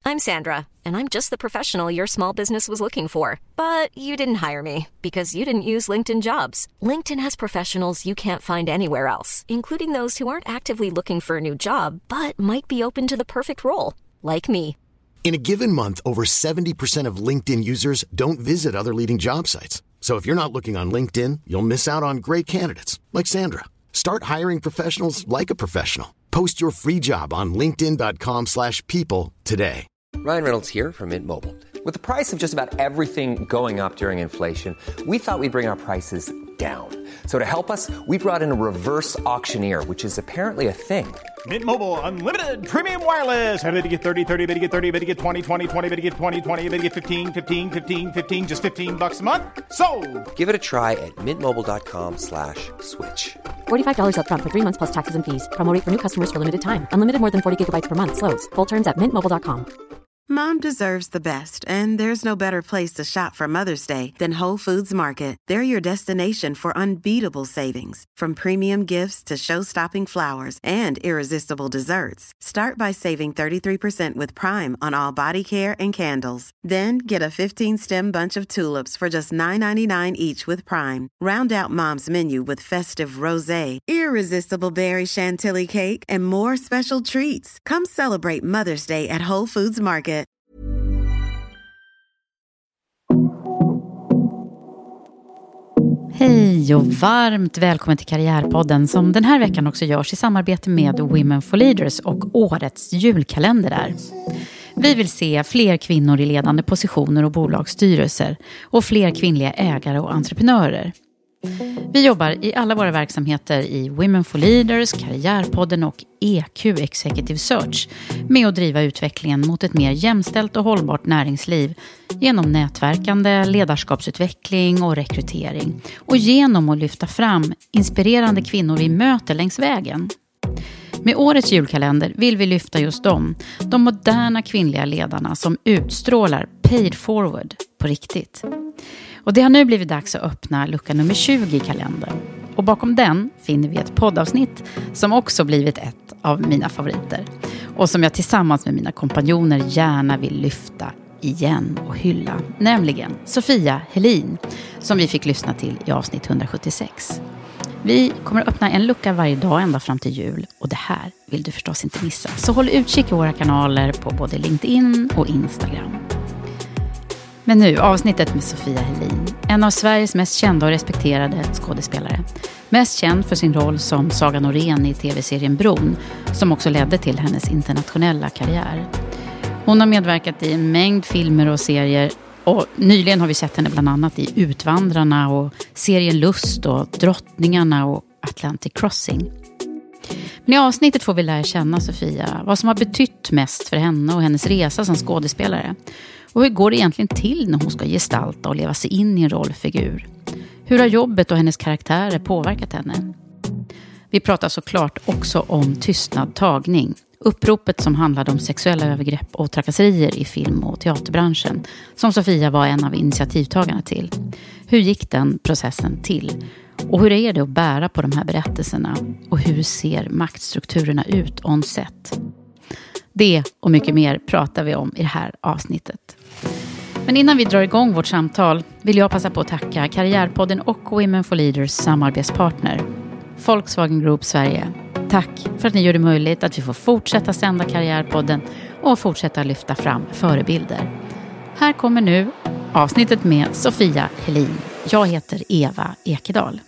I'm Sandra, and I'm just the professional your small business was looking for. But you didn't hire me because you didn't use LinkedIn Jobs. LinkedIn has professionals you can't find anywhere else, including those who aren't actively looking for a new job, but might be open to the perfect role, like me. In a given month, over 70% of LinkedIn users don't visit other leading job sites. So if you're not looking on LinkedIn, you'll miss out on great candidates like Sandra. Start hiring professionals like a professional. Post your free job on linkedin.com/people today. Ryan Reynolds here from Mint Mobile. With the price of just about everything going up during inflation, we thought we'd bring our prices down. So to help us, we brought in a reverse auctioneer, which is apparently a thing. Mint Mobile Unlimited Premium Wireless. How to get 30, 30, bit to get 30, bit to get 20, 20, 20, bit to get 20, 20, bit to get 15, 15, 15, 15, just $15 a month? Sold! Give it a try at mintmobile.com/switch. $45 up front for 3 months plus taxes and fees. Promo rate for new customers for limited time. Unlimited more than 40 gigabytes per month. Slows full terms at mintmobile.com. Mom deserves the best, and there's no better place to shop for Mother's Day than Whole Foods Market. They're your destination for unbeatable savings, from premium gifts to show-stopping flowers and irresistible desserts. Start by saving 33% with Prime on all body care and candles. Then get a 15-stem bunch of tulips for just $9.99 each with Prime. Round out Mom's menu with festive rosé, irresistible berry chantilly cake, and more special treats. Come celebrate Mother's Day at Whole Foods Market. Hej och varmt välkommen till Karriärpodden som den här veckan också görs i samarbete med Women for Leaders och årets julkalender där. Vi vill se fler kvinnor i ledande positioner och bolagsstyrelser och fler kvinnliga ägare och entreprenörer. Vi jobbar i alla våra verksamheter i Women for Leaders, Karriärpodden och EQ Executive Search med att driva utvecklingen mot ett mer jämställt och hållbart näringsliv genom nätverkande, ledarskapsutveckling och rekrytering och genom att lyfta fram inspirerande kvinnor vi möter längs vägen. Med årets julkalender vill vi lyfta just de moderna kvinnliga ledarna som utstrålar paid forward på riktigt. Och det har nu blivit dags att öppna lucka nummer 20 i kalendern. Och bakom den finner vi ett poddavsnitt som också blivit ett av mina favoriter. Och som jag tillsammans med mina kompanjoner gärna vill lyfta igen och hylla. Nämligen Sofia Helin som vi fick lyssna till i avsnitt 176. Vi kommer att öppna en lucka varje dag ända fram till jul. Och det här vill du förstås inte missa. Så håll utkik i våra kanaler på både LinkedIn och Instagram. Men nu, avsnittet med Sofia Helin. En av Sveriges mest kända och respekterade skådespelare. Mest känd för sin roll som Saga Norén i tv-serien Bron, som också ledde till hennes internationella karriär. Hon har medverkat i en mängd filmer och serier. Och nyligen har vi sett henne bland annat i Utvandrarna och serien Lust och Drottningarna och Atlantic Crossing. Men i avsnittet får vi lära känna Sofia, vad som har betytt mest för henne och hennes resa som skådespelare. Och hur går det egentligen till när hon ska gestalta och leva sig in i en rollfigur? Hur har jobbet och hennes karaktärer påverkat henne? Vi pratar såklart också om tystnad tagning. Uppropet som handlade om sexuella övergrepp och trakasserier i film- och teaterbranschen. Som Sofia var en av initiativtagarna till. Hur gick den processen till? Och hur är det att bära på de här berättelserna? Och hur ser maktstrukturerna ut on set? Det och mycket mer pratar vi om i det här avsnittet. Men innan vi drar igång vårt samtal vill jag passa på att tacka Karriärpodden och Women for Leaders samarbetspartner, Volkswagen Group Sverige. Tack för att ni gör det möjligt att vi får fortsätta sända Karriärpodden och fortsätta lyfta fram förebilder. Här kommer nu avsnittet med Sofia Helin. Jag heter Eva Ekedal.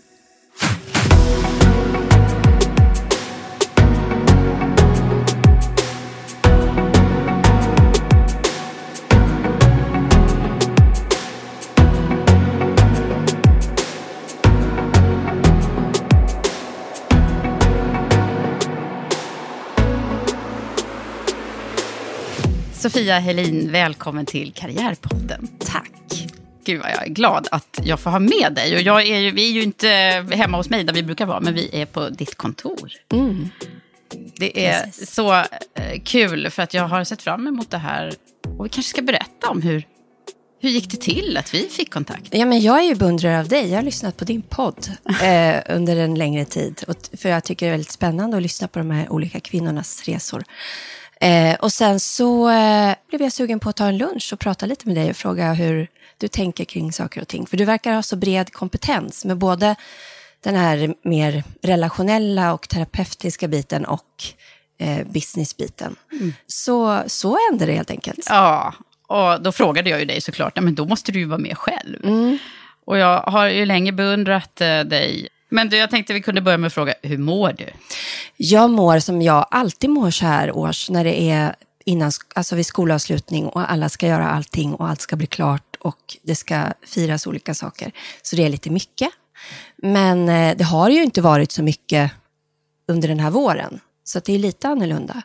Sofia Helin, välkommen till Karriärpodden. Tack. Gud vad jag är glad att jag får ha med dig. Och vi är ju inte hemma hos mig där vi brukar vara, men vi är på ditt kontor. Mm. Det är så kul för att jag har sett fram emot det här. Och vi kanske ska berätta om hur gick det till att vi fick kontakt? Ja, men jag är ju beundrare av dig. Jag har lyssnat på din podd under en längre tid. För jag tycker det är väldigt spännande att lyssna på de här olika kvinnornas resor. Och sen så blev jag sugen på att ta en lunch och prata lite med dig och fråga hur du tänker kring saker och ting. För du verkar ha så bred kompetens med både den här mer relationella och terapeutiska biten och businessbiten. Så hände det helt enkelt. Ja, och då frågade jag ju dig såklart, men då måste du ju vara med själv. Och jag har ju länge beundrat dig. Men jag tänkte vi kunde börja med att fråga, hur mår du? Jag mår som jag alltid mår så här års när det är alltså vid skolavslutning och alla ska göra allting och allt ska bli klart och det ska firas olika saker. Så det är lite mycket. Men det har ju inte varit så mycket under den här våren. Så det är lite annorlunda.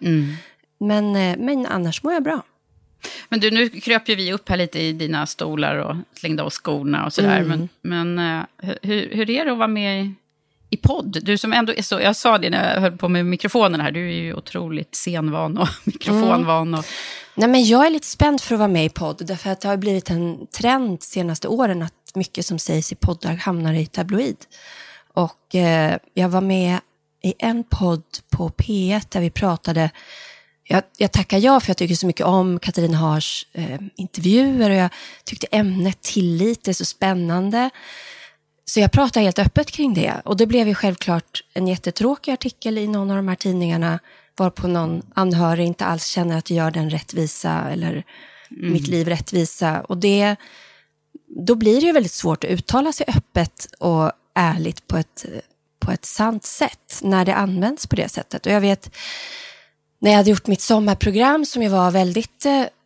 Men annars mår jag bra. Men du, nu kröp ju vi upp här lite i dina stolar och slängde av skorna och sådär. Men hur är det att vara med i podd? Du som ändå är så, jag sa det när jag höll på med mikrofonen här, du är ju otroligt scenvan och mikrofonvan. Och... Nej, men jag är lite spänd för att vara med i podd. Därför att det har blivit en trend senaste åren att mycket som sägs i poddar hamnar i tabloid. Och jag var med i en podd på P1 där vi pratade... Jag tackar ja för jag tycker så mycket om Katarina Haars intervjuer och jag tyckte ämnet tillit är så spännande. Så jag pratade helt öppet kring det. Och det blev ju självklart en jättetråkig artikel i någon av de här tidningarna varpå någon anhörig inte alls känner att jag gör den rättvisa eller mitt liv rättvisa. Och då blir det ju väldigt svårt att uttala sig öppet och ärligt på ett sant sätt när det används på det sättet. Och jag vet... När jag hade gjort mitt sommarprogram som jag var väldigt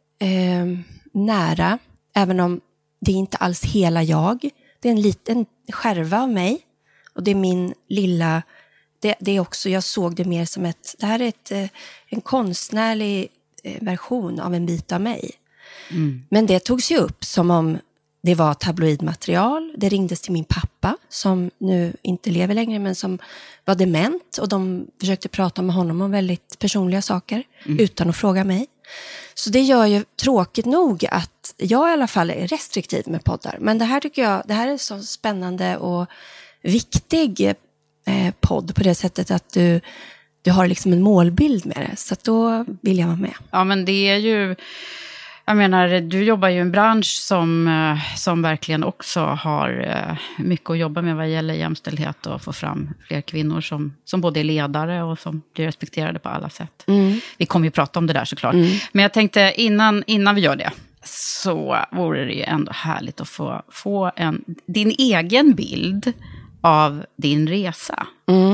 nära, även om det är inte alls hela jag. Det är en liten skärva av mig och det är min lilla, det är också, jag såg det mer som det här är en konstnärlig version av en bit av mig. Men det togs ju upp som om det var tabloidmaterial. Det ringdes till min pappa som nu inte lever längre men som var dement. Och de försökte prata med honom om väldigt personliga saker utan att fråga mig. Så det gör ju tråkigt nog att jag i alla fall är restriktiv med poddar. Men det här tycker jag, det här är så spännande och viktig podd på det sättet att du har liksom en målbild med det. Så att då vill jag vara med. Ja, men det är ju... Jag menar, du jobbar ju i en bransch som verkligen också har mycket att jobba med vad gäller jämställdhet och få fram fler kvinnor som både är ledare och som blir respekterade på alla sätt. Vi kommer ju prata om det där såklart. Men jag tänkte innan vi gör det så vore det ju ändå härligt att få din egen bild av din resa.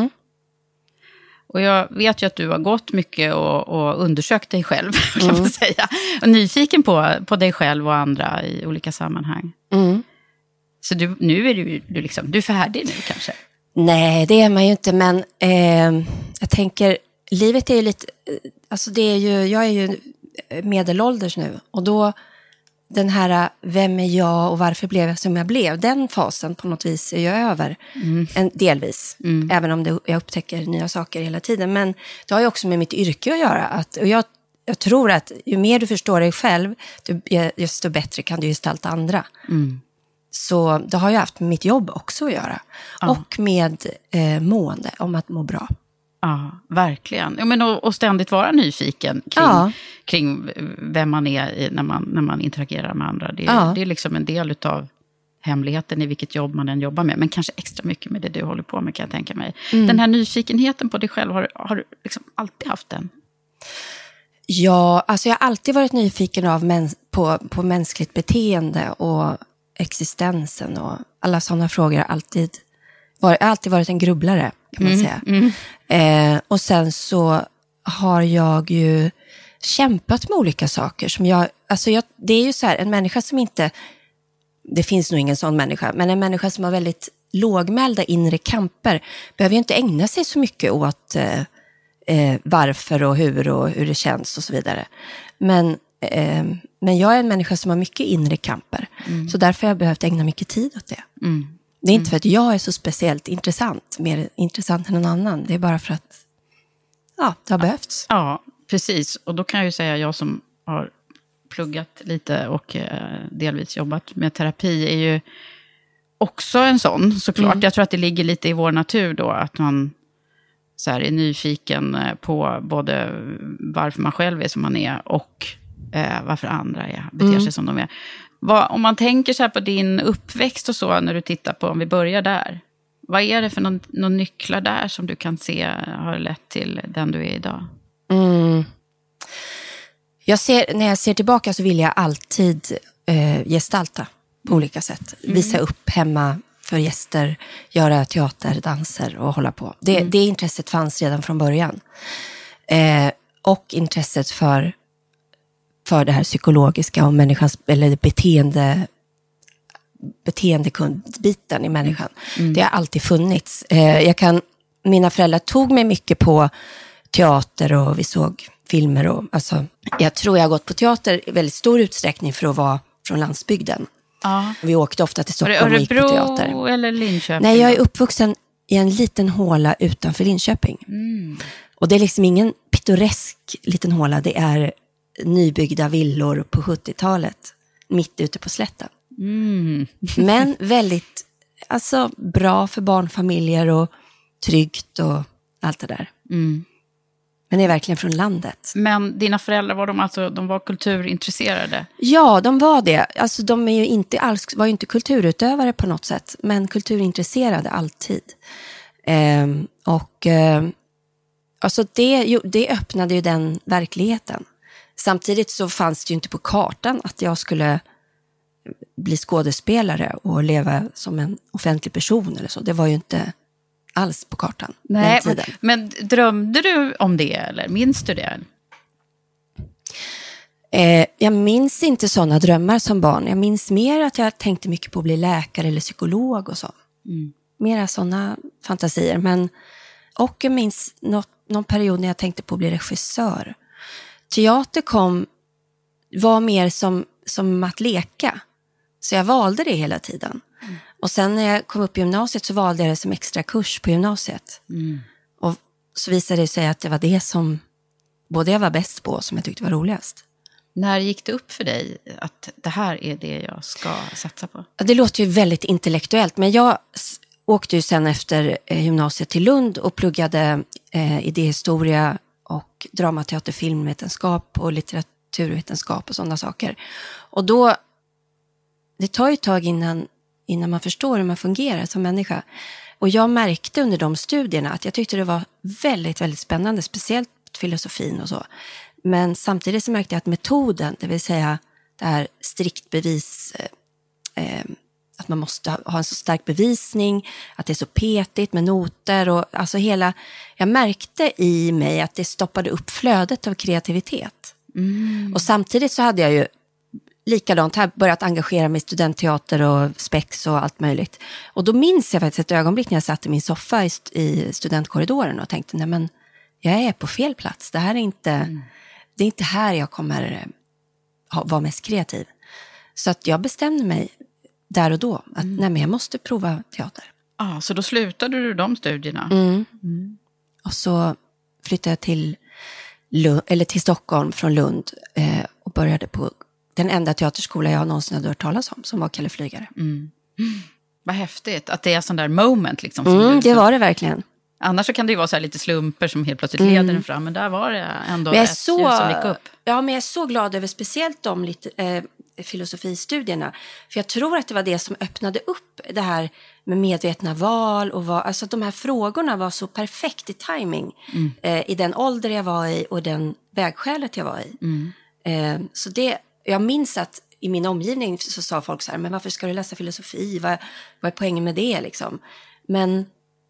Och jag vet ju att du har gått mycket och undersökt dig själv, kan man säga. Och nyfiken på dig själv och andra i olika sammanhang. Så nu är du är färdig nu kanske? Nej, det är man ju inte. Men jag tänker, livet är ju lite... Alltså jag är ju medelålders nu. Och då, den här, vem är jag och varför blev jag som jag blev? Den fasen på något vis är ju över. Delvis. Även om jag upptäcker nya saker hela tiden. Men det har ju också med mitt yrke att göra. Och jag tror att ju mer du förstår dig själv, desto bättre kan du gestalta andra. Så det har ju haft med mitt jobb också att göra. Och med mående, om att må bra. Ja, verkligen. Ja, men och ständigt vara nyfiken kring vem man är när man interagerar med andra. Det är liksom en del av hemligheten i vilket jobb man än jobbar med. Men kanske extra mycket med det du håller på med, kan jag tänka mig. Den här nyfikenheten på dig själv, har du liksom alltid haft den? Ja, alltså jag har alltid varit nyfiken på mänskligt beteende och existensen och alla sådana frågor. Jag har alltid varit en grubblare, kan man säga. Och sen så har jag ju kämpat med olika saker som det är ju så här, en människa som inte, det finns nog ingen sån människa, men en människa som har väldigt lågmälda inre kamper behöver ju inte ägna sig så mycket åt varför och hur det känns och så vidare. Men jag är en människa som har mycket inre kamper. Så därför har jag behövt ägna mycket tid åt det. Det är inte för att jag är så speciellt intressant, mer intressant än någon annan. Det är bara för att det har behövts. Ja, precis. Och då kan jag ju säga, jag som har pluggat lite och delvis jobbat med terapi är ju också en sån, såklart. Jag tror att det ligger lite i vår natur då, att man så här är nyfiken på både varför man själv är som man är och varför andra beter sig som de är. Om man tänker så här på din uppväxt och så, när du tittar på, om vi börjar där. Vad är det för någon nycklar där som du kan se har lett till den du är idag? När jag ser tillbaka så vill jag alltid gestalta på olika sätt. Visa upp hemma för gäster, göra teater, danser och hålla på. Det intresset fanns redan från början. Och intresset för det här psykologiska och människans, eller beteendekundbiten i människan. Det har alltid funnits. Mina föräldrar tog mig mycket på teater och vi såg filmer. Och, alltså, jag tror jag har gått på teater i väldigt stor utsträckning för att vara från landsbygden. Ja. Vi åkte ofta till Stockholm och gick på teater. Örebro eller Linköping? Nej, jag är uppvuxen i en liten håla utanför Linköping. Och det är liksom ingen pittoresk liten håla. Det är nybyggda villor på 70-talet. Mitt ute på slätten. Men väldigt bra för barnfamiljer och tryggt och allt det där. Men det är verkligen från landet. Men dina föräldrar, de var kulturintresserade? Ja, de var det. Alltså, de är ju inte alls, var ju inte kulturutövare på något sätt, men kulturintresserade alltid. Det öppnade ju den verkligheten. Samtidigt så fanns det ju inte på kartan att jag skulle bli skådespelare och leva som en offentlig person eller så. Det var ju inte alls på kartan. Nej, men drömde du om det eller minns du det? Jag minns inte sådana drömmar som barn. Jag minns mer att jag tänkte mycket på att bli läkare eller psykolog och så. Mera sådana fantasier. Och jag minns någon period när jag tänkte på att bli regissör. Teater var mer som att leka. Så jag valde det hela tiden. Och sen när jag kom upp i gymnasiet så valde jag det som extra kurs på gymnasiet. Och så visade det sig att det var det som både jag var bäst på och som jag tyckte var roligast. När gick det upp för dig att det här är det jag ska satsa på? Det låter ju väldigt intellektuellt, men jag åkte ju sen efter gymnasiet till Lund och pluggade idéhistoria och dramateater, filmvetenskap och litteraturvetenskap och sådana saker. Och då, det tar ju ett tag innan man förstår hur man fungerar som människa. Och jag märkte under de studierna att jag tyckte det var väldigt, väldigt spännande, speciellt filosofin och så. Men samtidigt så märkte jag att metoden, det vill säga det här strikt bevis, att man måste ha en så stark bevisning, att det är så petigt med noter och alltså jag märkte i mig att det stoppade upp flödet av kreativitet. Och samtidigt så hade jag ju likadant här börjat engagera mig i studentteater och spex och allt möjligt. Och då minns jag faktiskt ett ögonblick när jag satt i min soffa i studentkorridoren och tänkte, nej men jag är på fel plats. Det här är inte, det är inte här jag kommer vara mest kreativ. Så att jag bestämde mig där och då att nej, men jag måste prova teater. Så då slutade du de studierna? Och så flyttade jag till Stockholm från Lund och började på den enda teaterskola jag någonsin hade hört talas om, som var Kalle Flygare. Vad häftigt, att det är sån där moment liksom. Det var det verkligen. Annars så kan det ju vara så här lite slumper som helt plötsligt leder den fram, men där var det ändå ett ljus som gick upp. Ja, men jag är så glad över speciellt de filosofistudierna. För jag tror att det var det som öppnade upp det här med medvetna val och alltså att de här frågorna var så perfekt i timing i den ålder jag var i och den vägskälet jag var i. Så jag minns att i min omgivning så sa folk så här, men varför ska du läsa filosofi? Vad är poängen med det liksom? Men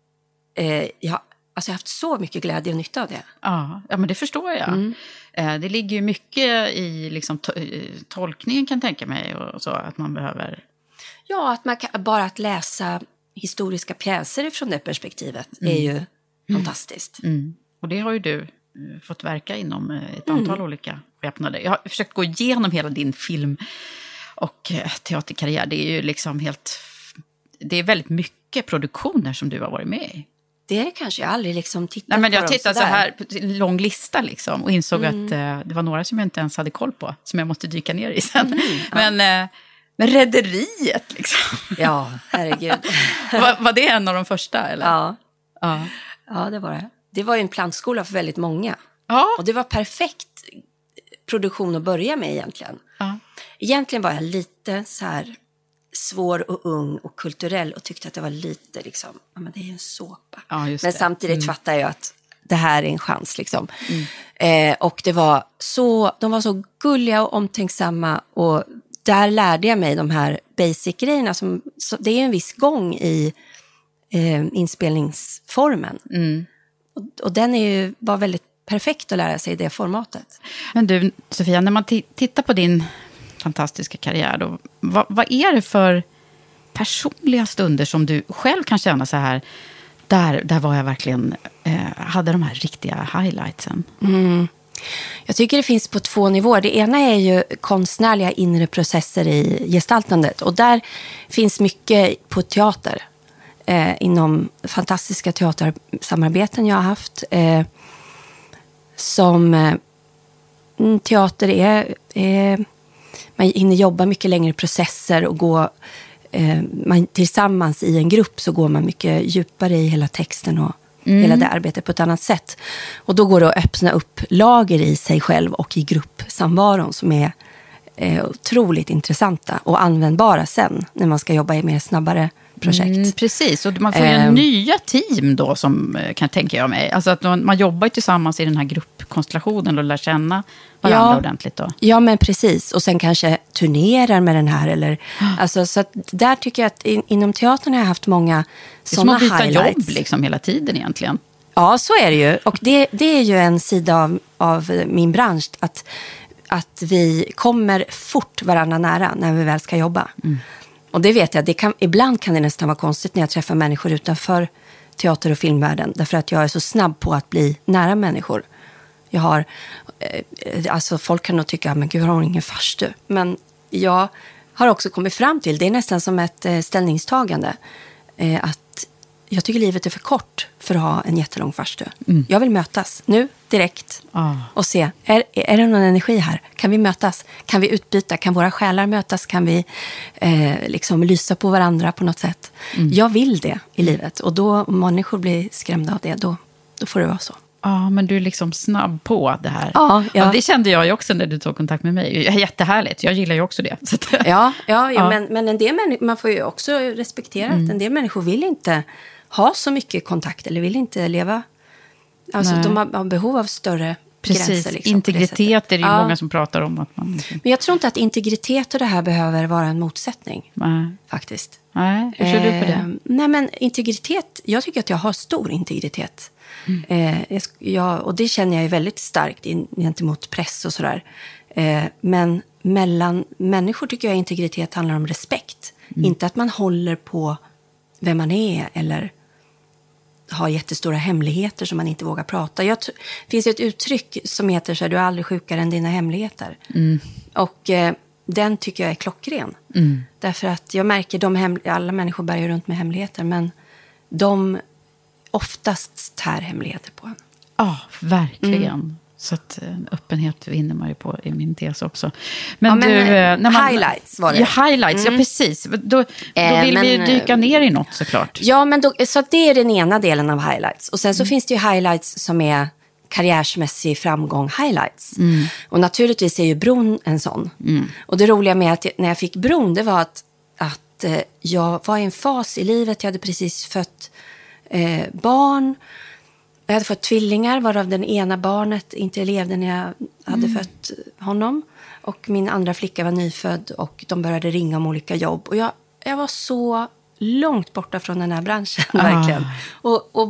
jag har haft så mycket glädje och nytta av det. Ja, men det förstår jag. Det ligger ju mycket i liksom, tolkningen kan tänka mig och så att man behöver... Ja, att man bara att läsa historiska pjäser från det perspektivet är ju fantastiskt. Och det har ju du fått verka inom ett antal olika skepnader. Jag har försökt gå igenom hela din film- och teaterkarriär. Det är ju liksom det är väldigt mycket produktioner som du har varit med i. Det är det kanske, jag aldrig liksom tittat på. Nej, men jag dem tittade så här på en lång lista liksom och insåg att det var några som jag inte ens hade koll på, som jag måste dyka ner i sen. Men Rederiet liksom. Ja, herregud. var det en av de första eller? Ja, det var det. det var ju en plantskola för väldigt många. Ja. Och det var perfekt produktion att börja med egentligen. Ja. Egentligen var jag lite så här svår och ung och kulturell och tyckte att det var lite liksom, ja men det är ju en såpa. Ja, just men det. samtidigt fattar jag att det här är en chans liksom. Och det var de var så gulliga och omtänksamma, och där lärde jag mig de här basic-grejerna. Det är en viss gång i inspelningsformen. Och den var väldigt perfekt att lära sig i det formatet. Men du, Sofia, när man tittar på din fantastiska karriär då, vad är det för personliga stunder som du själv kan känna så här, där var jag verkligen, hade de här riktiga highlightsen? Jag tycker det finns på 2 nivåer. Det ena är ju konstnärliga inre processer i gestaltandet. Och där finns mycket på teater. Inom fantastiska teatersamarbeten jag har haft. Som teater är man hinner jobba mycket längre processer och gå tillsammans i en grupp, så går man mycket djupare i hela texten och hela det arbetet på ett annat sätt. Och då går det att öppna upp lager i sig själv och i gruppsamvaron som är otroligt intressanta och användbara sen när man ska jobba i mer snabbare projekt. Precis, och man får ju nya team då, som kan tänka jag mig. Alltså att man jobbar ju tillsammans i den här gruppkonstellationen och lär känna varandra ordentligt då. Ja, men precis. Och sen kanske turnerar med den här. Eller, alltså, så att där tycker jag att inom teatern har jag haft många sådana highlights. Det är som att byta jobb liksom hela tiden egentligen. Ja, så är det ju. Och det är ju en sida av min bransch, att vi kommer fort varandra nära när vi väl ska jobba. Och det vet jag, ibland kan det nästan vara konstigt när jag träffar människor utanför teater- och filmvärlden. Därför att jag är så snabb på att bli nära människor. Jag har, alltså folk kan nog tycka, men gud, har hon ingen farstu? Men jag har också kommit fram till, det är nästan som ett ställningstagande, att jag tycker livet är för kort för att ha en jättelång farstu. Jag vill mötas nu, direkt, och se, är det någon energi här? Kan vi mötas? Kan vi utbyta? Kan våra själar mötas? Kan vi liksom lysa på varandra på något sätt? Jag vill det i livet. Och då, om människor blir skrämda av det, då får det vara så. Ja, men du är liksom snabb på det här. Ja. Det kände jag ju också när du tog kontakt med mig. Jättehärligt, jag gillar ju också det. Så att, ja. Men en del människor, man får ju också respektera att en del människor vill inte ha så mycket kontakt eller vill inte leva. Alltså de har behov av större gränser. Liksom, integritet är det ju många som pratar om. Att man liksom... Men jag tror inte att integritet och det här behöver vara en motsättning. Faktiskt. Nej, hur ser du på det? Nej, men integritet, jag tycker att jag har stor integritet. Och det känner jag ju väldigt starkt gentemot press och sådär. Men mellan människor tycker jag integritet handlar om respekt. Inte att man håller på vem man är eller har jättestora hemligheter som man inte vågar prata. Det finns ett uttryck som heter så här, du är aldrig sjukare än dina hemligheter. Och den tycker jag är klockren. Därför att jag märker alla människor bär ju runt med hemligheter, men de oftast tär hemligheter på en. Ja, verkligen. Så att öppenhet vinner man ju på i min tes också. Men highlights var det. Ja, highlights, ja precis. Då vill vi dyka ner i något såklart. Ja, men så det är den ena delen av highlights. Och sen så finns det ju highlights som är karriärsmässig framgång highlights. Och naturligtvis är ju Bron en sån. Och det roliga med att när jag fick Bron, det var att jag var i en fas i livet. Jag hade precis fött barn. Jag hade fått tvillingar, varav den ena barnet inte levde när jag hade fött honom. Och min andra flicka var nyfödd och de började ringa om olika jobb. Och jag var så långt borta från den här branschen, verkligen. Och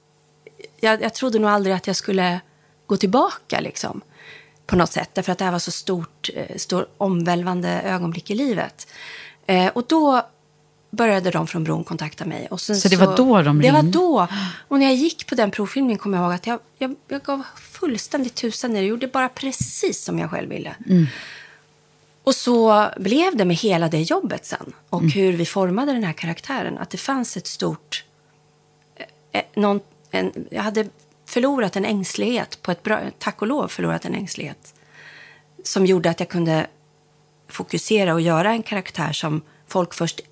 jag trodde nog aldrig att jag skulle gå tillbaka liksom, på något sätt. Därför att det här var så stor omvälvande ögonblick i livet. Och då började de från Bron kontakta mig. Och så det var då de ringde? Det var då. Och när jag gick på den provfilmningen kom jag ihåg att jag gav fullständigt tusen ner. Jag gjorde bara precis som jag själv ville. Och så blev det med hela det jobbet sen. Och hur vi formade den här karaktären. Att det fanns ett stort... jag hade förlorat en ängslighet på ett bra... Tack och lov förlorat en ängslighet. Som gjorde att jag kunde fokusera och göra en karaktär som folk först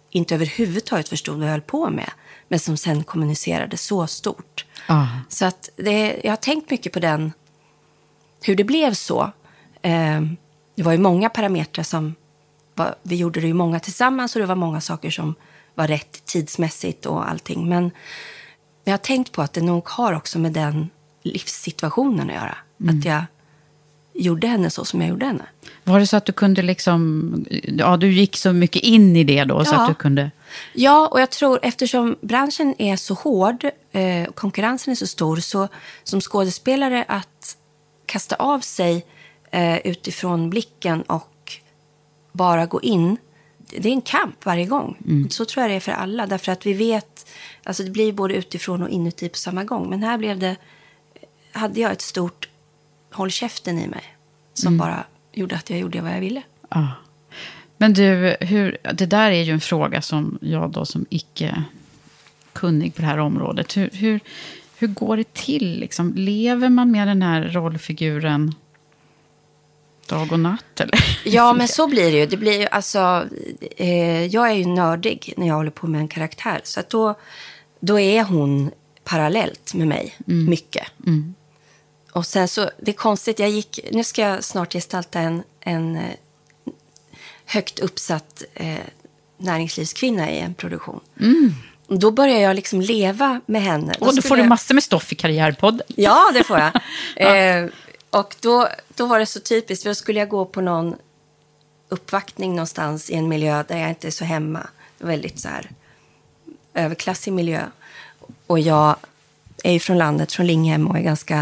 inte överhuvudtaget förstod vad jag höll på med. Men som sen kommunicerade så stort. Så att jag har tänkt mycket på hur det blev så. Det var ju många parametrar vi gjorde det ju många tillsammans och det var många saker som var rätt tidsmässigt och allting. Men jag har tänkt på att det nog har också med den livssituationen att göra. Att jag gjorde henne så som jag gjorde henne. Var det så att du kunde du gick så mycket in i det då så att du kunde... Ja, och jag tror eftersom branschen är så hård, konkurrensen är så stor, så som skådespelare att kasta av sig utifrån blicken och bara gå in, det är en kamp varje gång. Så tror jag det är för alla, därför att vi vet, alltså det blir både utifrån och inuti på samma gång. Men här hade jag ett stort håll käften i mig som bara gjorde att jag gjorde vad jag ville. Ja. Men du, det där är ju en fråga som jag då som icke kunnig på det här området. Hur går det till? Liksom? Lever man med den här rollfiguren dag och natt? Eller? Ja, men så blir det ju. Det blir ju alltså, jag är ju nördig när jag håller på med en karaktär. Så att då är hon parallellt med mig mycket. Och sen så, det är konstigt, nu ska jag snart gestalta en högt uppsatt näringslivskvinna i en produktion. Då börjar jag liksom leva med henne. Och då får du massor med stoff i Karriärpodden. Ja, det får jag. Och då var det så typiskt, för då skulle jag gå på någon uppvaktning någonstans i en miljö där jag inte är så hemma. Väldigt så här överklassig miljö. Och jag är ju från landet, från Linghem, och är ganska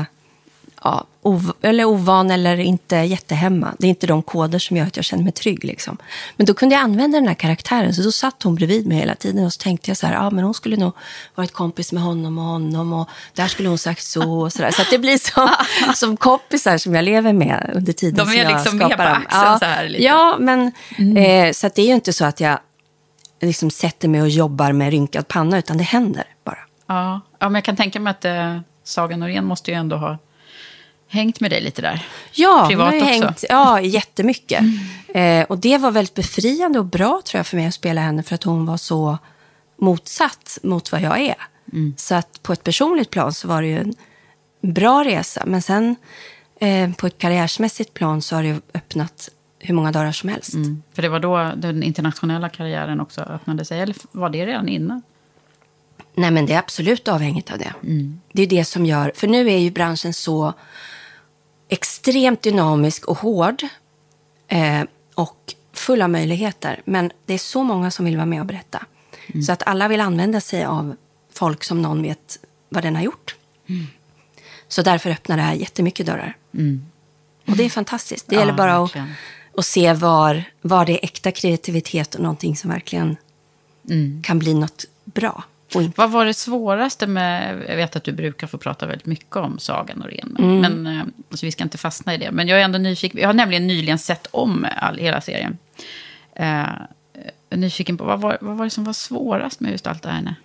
ovan eller inte jättehemma. Det är inte de koder som gör att jag känner mig trygg liksom. Men då kunde jag använda den här karaktären, så då satt hon bredvid mig hela tiden och så tänkte jag så här, men hon skulle nog varit kompis med honom och där skulle hon sagt så och sådär. Så att det blir som kompisar som jag lever med under tiden. De är liksom med på axeln så här lite. Ja, men så att det är ju inte så att jag liksom sätter mig och jobbar med rynkad panna, utan det händer bara. Ja, men jag kan tänka mig att Saga Norén måste ju ändå ha hängt med dig lite där. Ja, privat också. Hängt, jättemycket. Och det var väldigt befriande och bra, tror jag, för mig att spela henne, för att hon var så motsatt mot vad jag är. Så att på ett personligt plan så var det ju en bra resa. Men sen på ett karriärsmässigt plan så har det öppnat hur många dagar som helst. För det var då den internationella karriären också öppnade sig, eller var det redan innan? Nej, men det är absolut avhängigt av det. Det är det som gör, för nu är ju branschen så extremt dynamisk och hård och full av möjligheter. Men det är så många som vill vara med och berätta. Så att alla vill använda sig av folk som någon vet vad den har gjort. Så därför öppnar det här jättemycket dörrar. Och det är fantastiskt. Det gäller bara att se var det är äkta kreativitet och någonting som verkligen kan bli något bra. Vad var det svåraste med, jag vet att du brukar få prata väldigt mycket om Saga Norén, men alltså vi ska inte fastna i det. Men jag är ändå nyfiken, jag har nämligen nyligen sett om hela serien. Nyfiken på, vad var det som var svårast med just allt det här?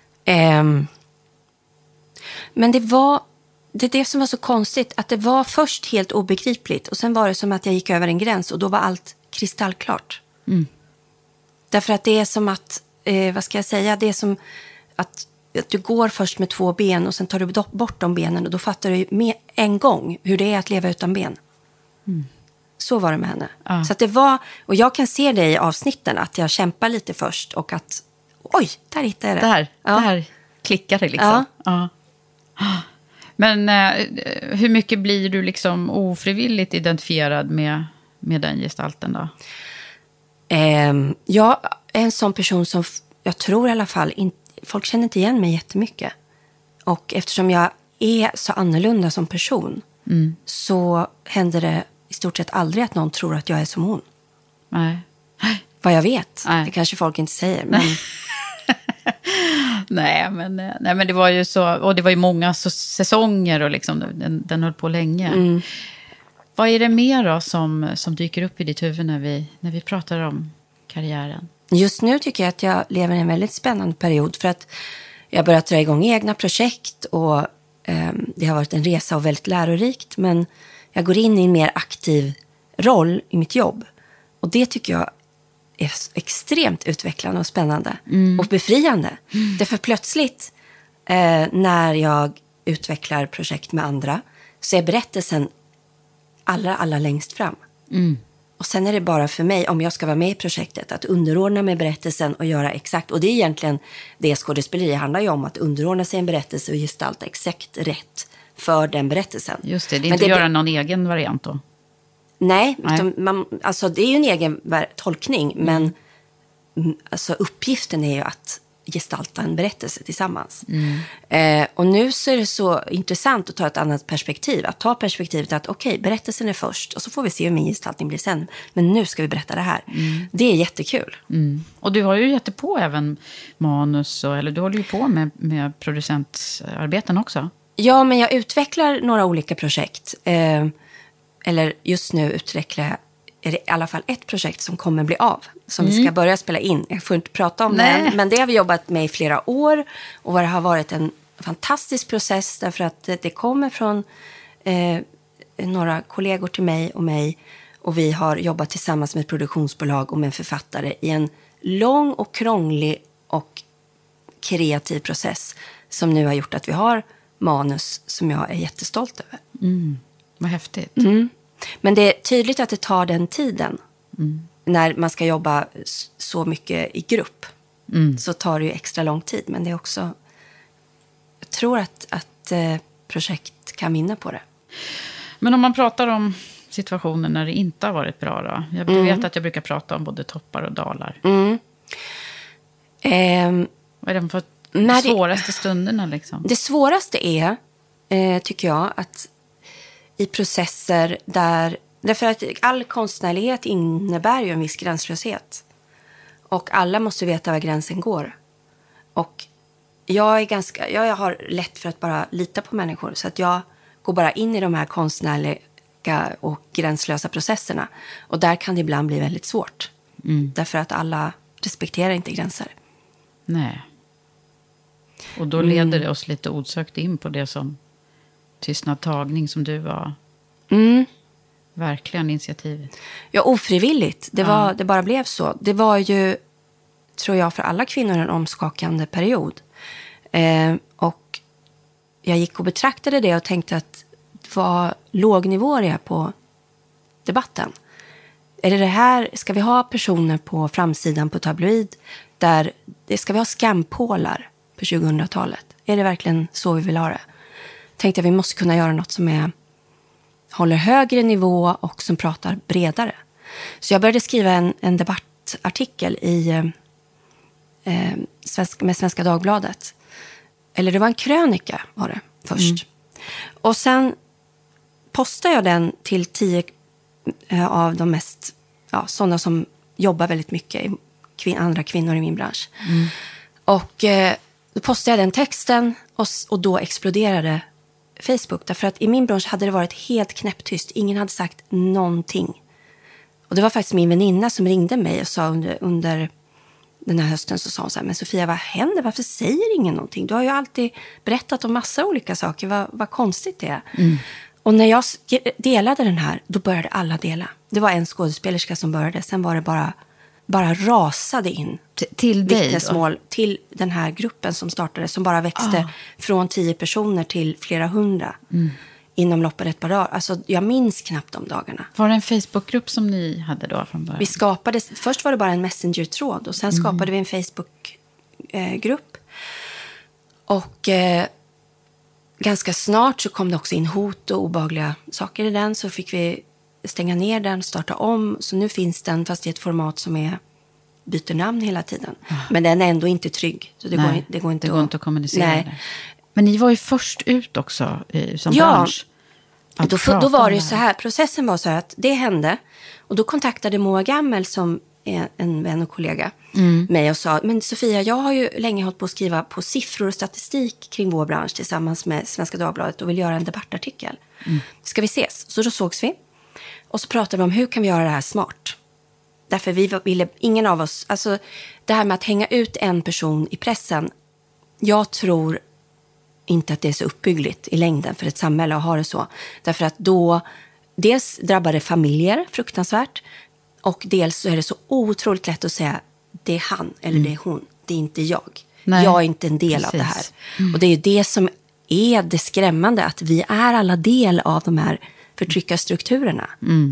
Men det är det som var så konstigt, att det var först helt obegripligt och sen var det som att jag gick över en gräns och då var allt kristallklart. Därför att det är som att, vad ska jag säga, det är som att du går först med 2 ben och sen tar du bort de benen och då fattar du med en gång hur det är att leva utan ben. Så var det med henne. Så att det var, och jag kan se det i avsnitten att jag kämpar lite först och att, oj, där hittade jag det. Där klickar det liksom. Ja. Men hur mycket blir du liksom ofrivilligt identifierad med den gestalten då? Jag är en sån person som jag tror i alla fall folk känner inte igen mig jättemycket. Och eftersom jag är så annorlunda som person så händer det i stort sett aldrig att någon tror att jag är som hon. Nej. Vad jag vet. Nej. Det kanske folk inte säger. Men... nej, men det var ju så, och det var ju många säsonger och liksom, den höll på länge. Vad är det mer då som dyker upp i ditt huvud när vi pratar om karriären? Just nu tycker jag att jag lever i en väldigt spännande period, för att jag har börjat dra igång egna projekt och det har varit en resa och väldigt lärorikt, men jag går in i en mer aktiv roll i mitt jobb och det tycker jag är extremt utvecklande och spännande och befriande. Därför plötsligt när jag utvecklar projekt med andra så är berättelsen allra längst fram. Och sen är det bara för mig, om jag ska vara med i projektet, att underordna mig berättelsen och göra exakt. Och det är egentligen det skådespeleri handlar ju om, att underordna sig en berättelse och gestalta exakt rätt för den berättelsen. Just det, det är inte att göra någon egen variant då. Nej. Alltså det är ju en egen tolkning, men alltså uppgiften är ju att gestalta en berättelse tillsammans. Och nu så är det så intressant att ta ett annat perspektiv. Att ta perspektivet att okej, berättelsen är först och så får vi se hur min gestaltning blir sen. Men nu ska vi berätta det här. Det är jättekul. Och du har ju gett på även manus, eller du håller ju på med producentarbeten också. Ja, men jag utvecklar några olika projekt. Eller just nu utvecklar jag är det i alla fall ett projekt som kommer bli av. Som vi ska börja spela in. Jag får inte prata om det än, men det har vi jobbat med i flera år. Och det har varit en fantastisk process. Därför att det kommer från några kollegor till mig och mig. Och vi har jobbat tillsammans med ett produktionsbolag och med en författare i en lång och krånglig och kreativ process. Som nu har gjort att vi har manus som jag är jättestolt över. Vad häftigt. Men det är tydligt att det tar den tiden. När man ska jobba så mycket i grupp. Så tar det ju extra lång tid. Men det är också... Jag tror att projekt kan vinna på det. Men om man pratar om situationer när det inte har varit bra då? Jag vet att jag brukar prata om både toppar och dalar. Vad är det för svåraste stunderna liksom? Det svåraste är, tycker jag, att i processer därför att all konstnärlighet innebär ju en viss gränslöshet. Och alla måste veta var gränsen går. Och jag har lätt för att bara lita på människor. Så att jag går bara in i de här konstnärliga och gränslösa processerna. Och där kan det ibland bli väldigt svårt. Därför att alla respekterar inte gränser. Nej. Och då leder det oss lite osökt in på det som Tystnad tagning som du var verkligen initiativet. Ja, ofrivilligt. Det bara blev så. Det var ju, tror jag, för alla kvinnor en omskakande period. Och jag gick och betraktade det och tänkte att det var lågnivåer är på debatten. Är det här, ska vi ha personer på framsidan på tabloid där ska vi ha skampålar på 2000-talet? Är det verkligen så vi vill ha det? Tänkte jag vi måste kunna göra något som håller högre nivå och som pratar bredare. Så jag började skriva en debattartikel med Svenska Dagbladet. Eller det var en krönika var det först. Och sen postade jag den till 10 av de mest, sådana som jobbar väldigt mycket, andra kvinnor i min bransch. Och då postade jag den texten och då exploderade Facebook. Därför att i min bransch hade det varit helt knäpptyst. Ingen hade sagt någonting. Och det var faktiskt min väninna som ringde mig och sa under den här hösten, så sa hon så här: men Sofia, vad händer? Varför säger ingen någonting? Du har ju alltid berättat om massa olika saker. Vad konstigt det är. Och när jag delade den här, då började alla dela. Det var en skådespelerska som började. Sen var det bara rasade in till vittnesmål till den här gruppen som startade, som bara växte från 10 personer till flera hundra inom loppet ett par dagar. Alltså jag minns knappt de dagarna. Var det en Facebookgrupp som ni hade då från början? Vi skapade, först var det bara en Messenger-tråd och sen skapade vi en Facebook-grupp. Och ganska snart så kom det också in hot och obehagliga saker i den, så fick vi stänga ner den, starta om. Så nu finns den fast i ett format som byter namn hela tiden. Men den är ändå inte trygg. Så det går inte att kommunicera. Nej. Men ni var ju först ut också som bransch. Då var det ju så här. Processen var så här att det hände. Och då kontaktade Moa Gammel, som är en vän och kollega, mig och sa: men Sofia, jag har ju länge hållit på att skriva på siffror och statistik kring vår bransch tillsammans med Svenska Dagbladet och vill göra en debattartikel. Ska vi ses? Så då sågs vi. Och så pratade vi om hur kan vi göra det här smart. Därför vi ville, ingen av oss, alltså det här med att hänga ut en person i pressen, jag tror inte att det är så uppbyggligt i längden för ett samhälle att ha det så. Därför att då dels drabbar det familjer fruktansvärt. Och dels så är det så otroligt lätt att säga det är han eller det är hon. Det är inte jag. Nej, jag är inte en del av det här. Och det är ju det som är det skrämmande. Att vi är alla del av de här förtryckarstrukturerna.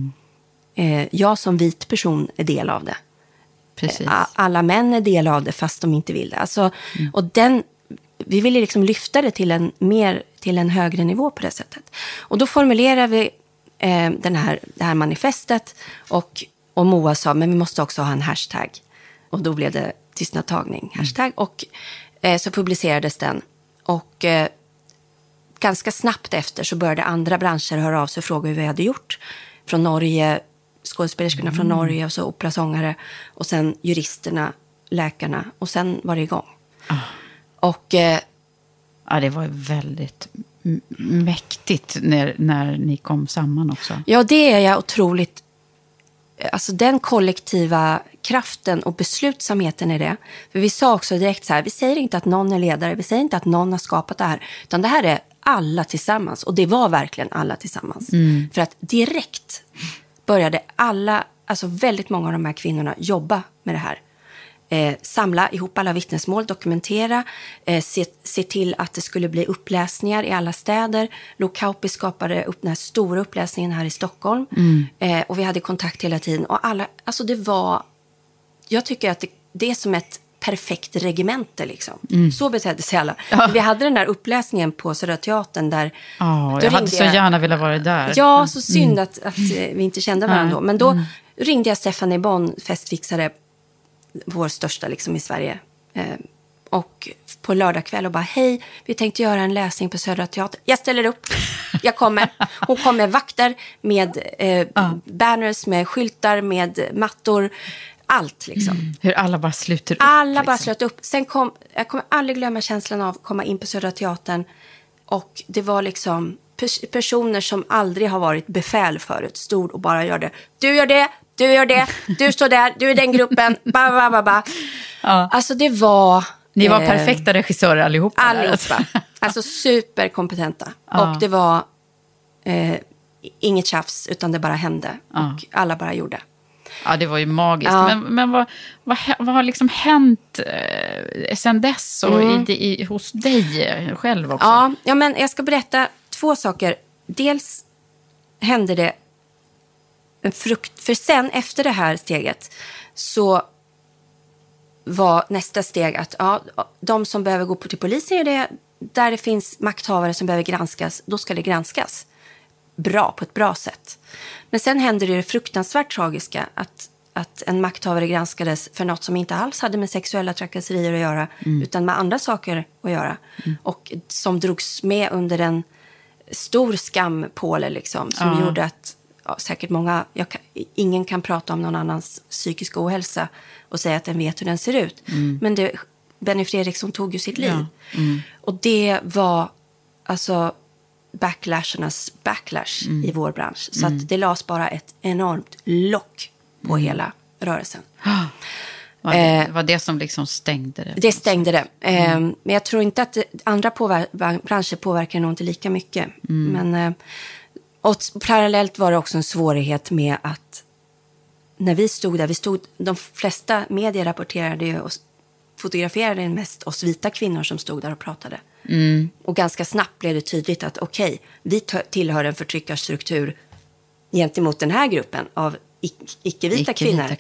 Jag som vit person är del av det. Precis. Alla män är del av det fast de inte vill det. Alltså, och vi vill liksom lyfta det till en högre nivå på det sättet. Och då formulerar vi det här manifestet och Moa sa, men vi måste också ha en hashtag. Och då blev det tystnadtagning, hashtag. Och så publicerades den. Och ganska snabbt efter så började andra branscher höra av sig och fråga hur vi hade gjort. Från Norge, skådespelerskorna från Norge och så operasångare. Och sen juristerna, läkarna. Och sen var det igång. Och... ja, det var väldigt mäktigt när ni kom samman också. Ja, det är jag otroligt... Alltså den kollektiva kraften och beslutsamheten i det. För vi sa också direkt så här, vi säger inte att någon är ledare, vi säger inte att någon har skapat det här. Utan det här är alla tillsammans. Och det var verkligen alla tillsammans. För att direkt började alltså väldigt många av de här kvinnorna jobba med det här. Samla ihop alla vittnesmål, dokumentera, se till att det skulle bli uppläsningar i alla städer. Lokaupi skapade upp den här stora uppläsningen här i Stockholm. Och vi hade kontakt hela tiden. Och alla, alltså det var, jag tycker att det är som ett perfekt regemente liksom. Så betedde sig alla. Ja. Vi hade den där uppläsningen på Södra Teatern där... jag hade så gärna velat vara där. Ja, så synd att vi inte kände varandra då. Men då ringde jag Stephanie Bonn, festfixare, vår största liksom i Sverige. Och på lördag kväll och bara, hej, vi tänkte göra en läsning på Södra Teatern. Jag ställer upp, jag kommer. Hon kom med vakter, med banners, med skyltar, med mattor. Allt liksom. Hur alla bara sluter upp. Alla bara slöt upp. Sen jag kommer aldrig glömma känslan av att komma in på Södra Teatern. Och det var liksom personer som aldrig har varit befäl förut. Stod och bara gör det. Du gör det, du gör det, du står där, du är den gruppen. Ba. Ja. Alltså det var... Ni var perfekta regissörer allihopa. Allihopa. Alltså superkompetenta. Ja. Och det var inget tjafs utan det bara hände. Och alla bara gjorde. Ja, det var ju magiskt. Ja. Men vad har liksom hänt sen dess och hos dig själv också? Ja, men jag ska berätta 2 saker. Dels hände det en frukt. För sen efter det här steget så var nästa steg att de som behöver gå till polisen gör det. Där det finns makthavare som behöver granskas, då ska det granskas. På ett bra sätt. Men sen hände det fruktansvärt tragiska att en makthavare granskades för något som inte alls hade med sexuella trakasserier att göra utan med andra saker att göra. Och som drogs med under en stor skampåle liksom, som gjorde att säkert många, ingen kan prata om någon annans psykiska ohälsa och säga att den vet hur den ser ut. Men Benny Fredriksson tog ju sitt liv. Och det var alltså backlashernas backlash i vår bransch. Så att det lades bara ett enormt lock på hela rörelsen. Var det som liksom stängde det? Det stängde det. Men jag tror inte att andra branscher påverkar nog inte lika mycket. Men, och parallellt var det också en svårighet med att när vi stod där, de flesta medier rapporterade ju och fotograferade mest oss vita kvinnor som stod där och pratade. Och ganska snabbt blev det tydligt att vi tillhör en förtryckarstruktur gentemot den här gruppen av icke-vita kvinnor.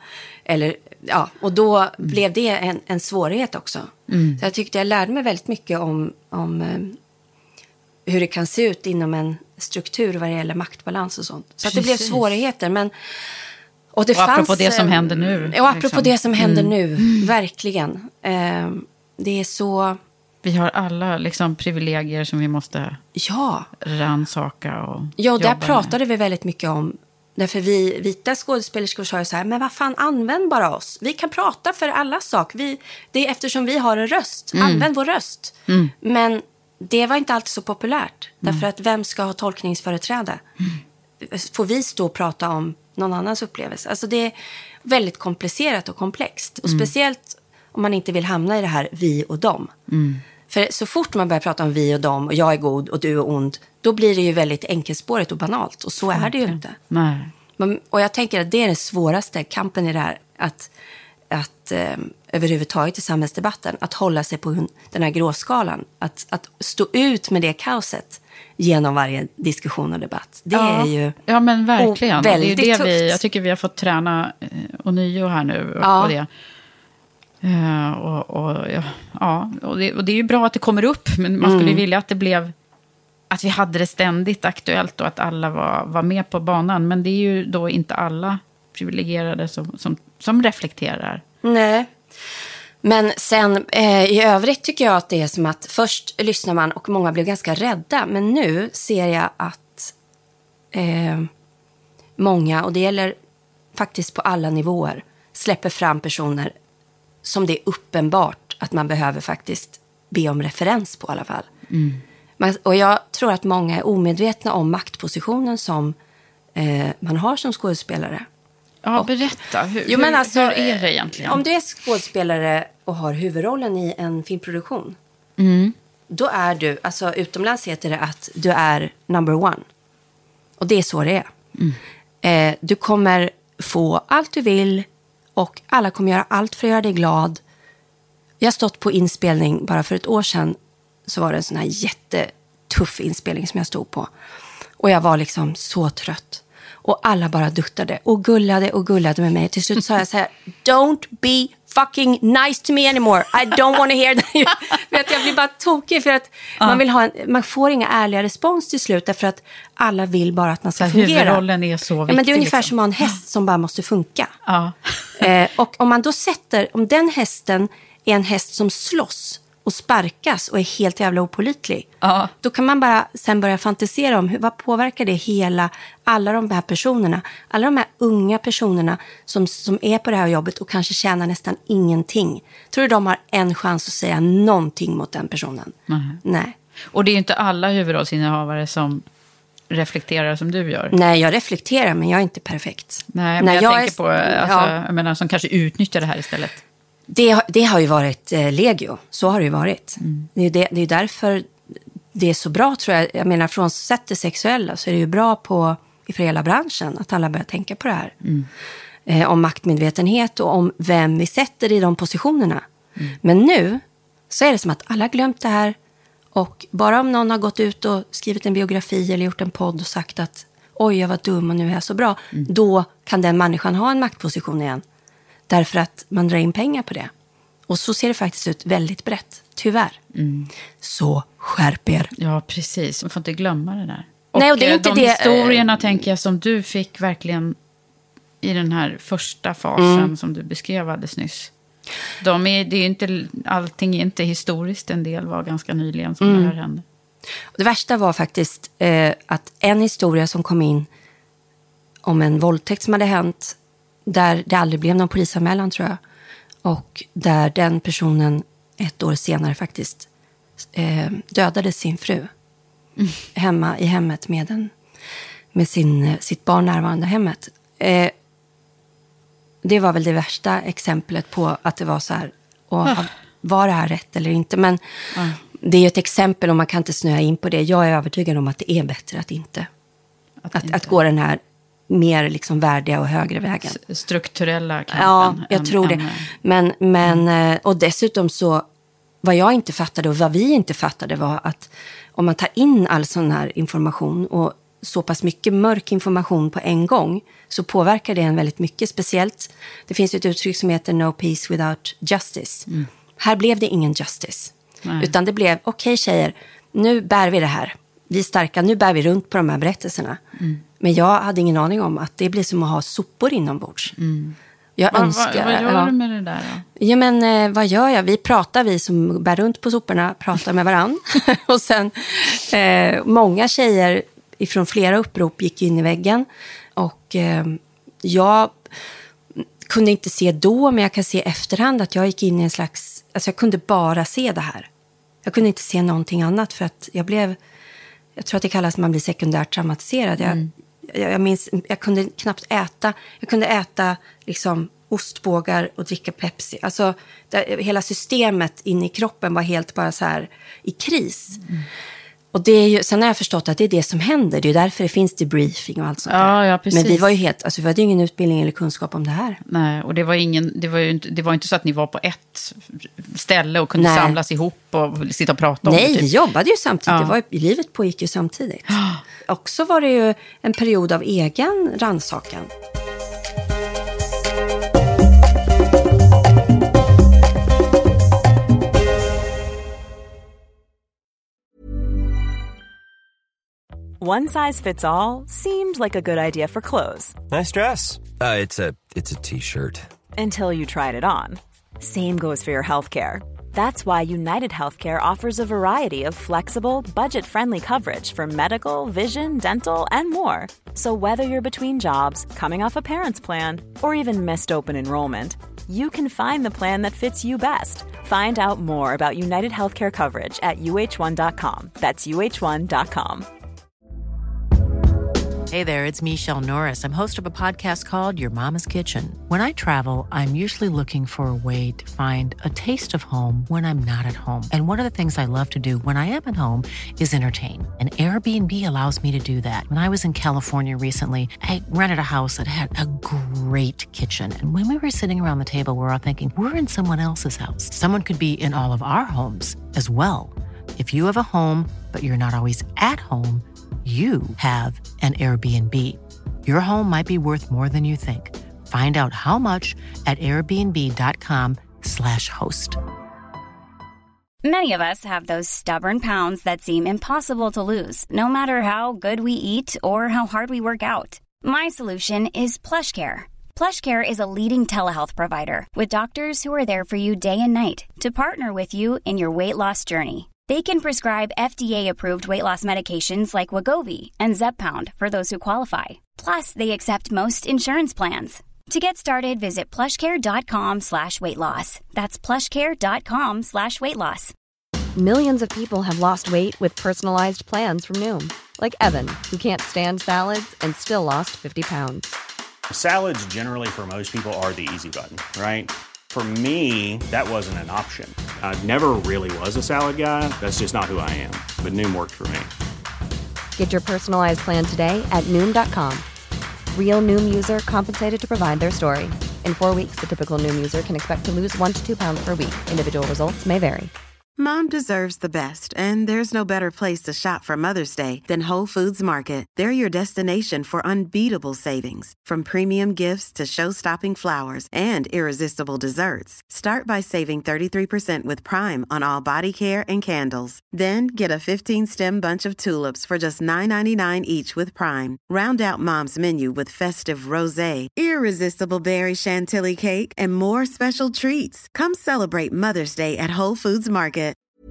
Ja. Och då blev det en svårighet också. Så jag tyckte jag lärde mig väldigt mycket om hur det kan se ut inom en struktur vad det gäller maktbalans och sånt. Så att det blev svårigheter. Och apropå det som händer nu. Och apropå det som händer nu, verkligen. Det är så... Vi har alla liksom privilegier som vi måste rannsaka och där pratade vi väldigt mycket om. Därför vi vita skådespelerskor sa ju så här, men vad fan, använd bara oss. Vi kan prata för alla sak. Det är eftersom vi har en röst. Använd vår röst. Men det var inte alltid så populärt. Därför att vem ska ha tolkningsföreträde? Får vi stå och prata om någon annans upplevelse? Alltså det är väldigt komplicerat och komplext. Och speciellt om man inte vill hamna i det här vi och dem. För så fort man börjar prata om vi och dem och jag är god och du är ond, då blir det ju väldigt enkelspårigt och banalt. Och så är det ju inte. Nej. Och jag tänker att det är det svåraste, kampen i det här, att överhuvudtaget i samhällsdebatten, att hålla sig på den här gråskalan, att stå ut med det kaoset genom varje diskussion och debatt. Det är ju men verkligen. Väldigt det är tufft. jag tycker vi har fått träna ånyo här nu på det. Och det är ju bra att det kommer upp, men man skulle vilja att det blev, att vi hade det ständigt aktuellt och att alla var med på banan. Men det är ju då inte alla privilegierade som reflekterar. Nej. Men sen i övrigt tycker jag att det är som att först lyssnar man och många blev ganska rädda. Men nu ser jag att många, och det gäller faktiskt på alla nivåer, släpper fram personer som det är uppenbart att man behöver faktiskt be om referens på i alla fall. Och jag tror att många är omedvetna om maktpositionen som man har som skådespelare. Ja, berätta. Hur är det egentligen? Om du är skådespelare och har huvudrollen i en filmproduktion, då är du, alltså utomlands heter det att du är number one. Och det är så det är. Du kommer få allt du vill och alla kommer göra allt för att göra dig glad. Jag har stått på inspelning bara för ett år sedan, så var det en sån här jättetuff inspelning som jag stod på. Och jag var liksom så trött. Och alla bara duttade och gullade med mig. Till slut sa jag så här: don't be fucking nice to me anymore. I don't want to hear that. Jag blir bara tokig för att man får inga ärliga respons till slut, därför att alla vill bara att man ska fungera. Huvudrollen är så viktig. Men det är ungefär som att ha en häst som bara måste funka. Och om man då om den hästen är en häst som slåss och sparkas och är helt jävla opålitlig, då kan man bara sen börja fantisera om vad påverkar det alla de här personerna, alla de här unga personerna som är på det här jobbet och kanske tjänar nästan ingenting. Tror du de har en chans att säga någonting mot den personen? Nej. Och det är ju inte alla huvudrollsinnehavare som reflekterar som du gör. Nej, jag reflekterar, men jag är inte perfekt. Nej, men jag tänker på jag menar, som kanske utnyttjar det här istället. Det har ju varit legio. Så har det ju varit. Det är därför det är så bra, tror jag. Jag menar, från sett det sexuella så är det ju bra för hela branschen att alla börjar tänka på det här. Om maktmedvetenhet och om vem vi sätter i de positionerna. Men nu så är det som att alla glömt det här. Och bara om någon har gått ut och skrivit en biografi eller gjort en podd och sagt att oj, jag var dum och nu är jag så bra. Då kan den människan ha en maktposition igen. Därför att man drar in pengar på det. Och så ser det faktiskt ut väldigt brett, tyvärr. Så skärp er. Ja, precis. Man får inte glömma det där. Nej, och det är inte de historierna, tänker jag, som du fick verkligen i den här första fasen som du beskrev alldeles nyss. Allting är inte historiskt. En del var ganska nyligen som det här hände. Och det värsta var faktiskt att en historia som kom in om en våldtäkt som hade hänt, där det aldrig blev någon polisanmälan, tror jag. Och där den personen ett år senare faktiskt dödade sin fru hemma i hemmet med sitt barn närvarande hemmet. Det var väl det värsta exemplet på att det var så här, och var det här rätt eller inte? Men det är ju ett exempel och man kan inte snöa in på det. Jag är övertygad om att det är bättre att inte. Att gå den här mer liksom värdiga och högre vägen. Strukturella kampen. Ja, jag tror det. Men och dessutom så, vad jag inte fattade och vad vi inte fattade var att om man tar in all sån här information och så pass mycket mörk information på en gång, så påverkar det en väldigt mycket. Speciellt, det finns ett uttryck som heter no peace without justice. Här blev det ingen justice. Nej. Utan det blev, okej tjejer, nu bär vi det här. Vi är starka, nu bär vi runt på de här berättelserna. Men jag hade ingen aning om att det blir som att ha sopor inombords. Jag önskar... Vad gör du med det där då? Ja, men vad gör jag? Vi som bär runt på soporna pratar med varann. Och sen många tjejer ifrån flera upprop gick in i väggen. Och jag kunde inte se då, men jag kan se i efterhand att jag gick in i en slags... Alltså jag kunde bara se det här. Jag kunde inte se någonting annat för att jag tror att det kallas att man blir sekundärt traumatiserad. Jag minns, jag kunde knappt äta. Jag kunde äta liksom ostbågar och dricka Pepsi. Alltså hela systemet in i kroppen var helt bara så här i kris. Och det är ju, sen har jag förstått att det är det som händer. Det är därför det finns debriefing och allt sånt där. Ja, precis. Men vi var ju vi hade ju ingen utbildning eller kunskap om det här. Nej, och det var inte så att ni var på ett ställe och kunde samlas ihop och sitta och prata om det. Nej, vi jobbade ju samtidigt. Livet pågick ju samtidigt. Också var det ju en period av egen rannsakan. One size fits all seemed like a good idea for clothes. Nice dress. It's a t-shirt. Until you tried it on. Same goes for your healthcare. That's why United Healthcare offers a variety of flexible, budget-friendly coverage for medical, vision, dental, and more. So whether you're between jobs, coming off a parent's plan, or even missed open enrollment, you can find the plan that fits you best. Find out more about United Healthcare coverage at uh1.com. That's uh1.com. Hey there, it's Michelle Norris. I'm host of a podcast called Your Mama's Kitchen. When I travel, I'm usually looking for a way to find a taste of home when I'm not at home. And one of the things I love to do when I am at home is entertain. And Airbnb allows me to do that. When I was in California recently, I rented a house that had a great kitchen. And when we were sitting around the table, we're all thinking, we're in someone else's house. Someone could be in all of our homes as well. If you have a home, but you're not always at home, you have an Airbnb. Your home might be worth more than you think. Find out how much at airbnb.com/host. Many of us have those stubborn pounds that seem impossible to lose, no matter how good we eat or how hard we work out. My solution is PlushCare. PlushCare is a leading telehealth provider with doctors who are there for you day and night to partner with you in your weight loss journey. They can prescribe FDA-approved weight loss medications like Wegovy and Zepbound for those who qualify. Plus, they accept most insurance plans. To get started, visit plushcare.com/weightloss. That's plushcare.com/weightloss. Millions of people have lost weight with personalized plans from Noom. Like Evan, who can't stand salads and still lost 50 pounds. Salads generally for most people are the easy button, right? For me, that wasn't an option. I never really was a salad guy. That's just not who I am. But Noom worked for me. Get your personalized plan today at Noom.com. Real Noom user compensated to provide their story. In 4 weeks, the typical Noom user can expect to lose 1 to 2 pounds per week. Individual results may vary. Mom deserves the best, and there's no better place to shop for Mother's Day than Whole Foods Market. They're your destination for unbeatable savings, from premium gifts to show-stopping flowers and irresistible desserts. Start by saving 33% with Prime on all body care and candles. Then get a 15-stem bunch of tulips for just $9.99 each with Prime. Round out Mom's menu with festive rosé, irresistible berry chantilly cake, and more special treats. Come celebrate Mother's Day at Whole Foods Market.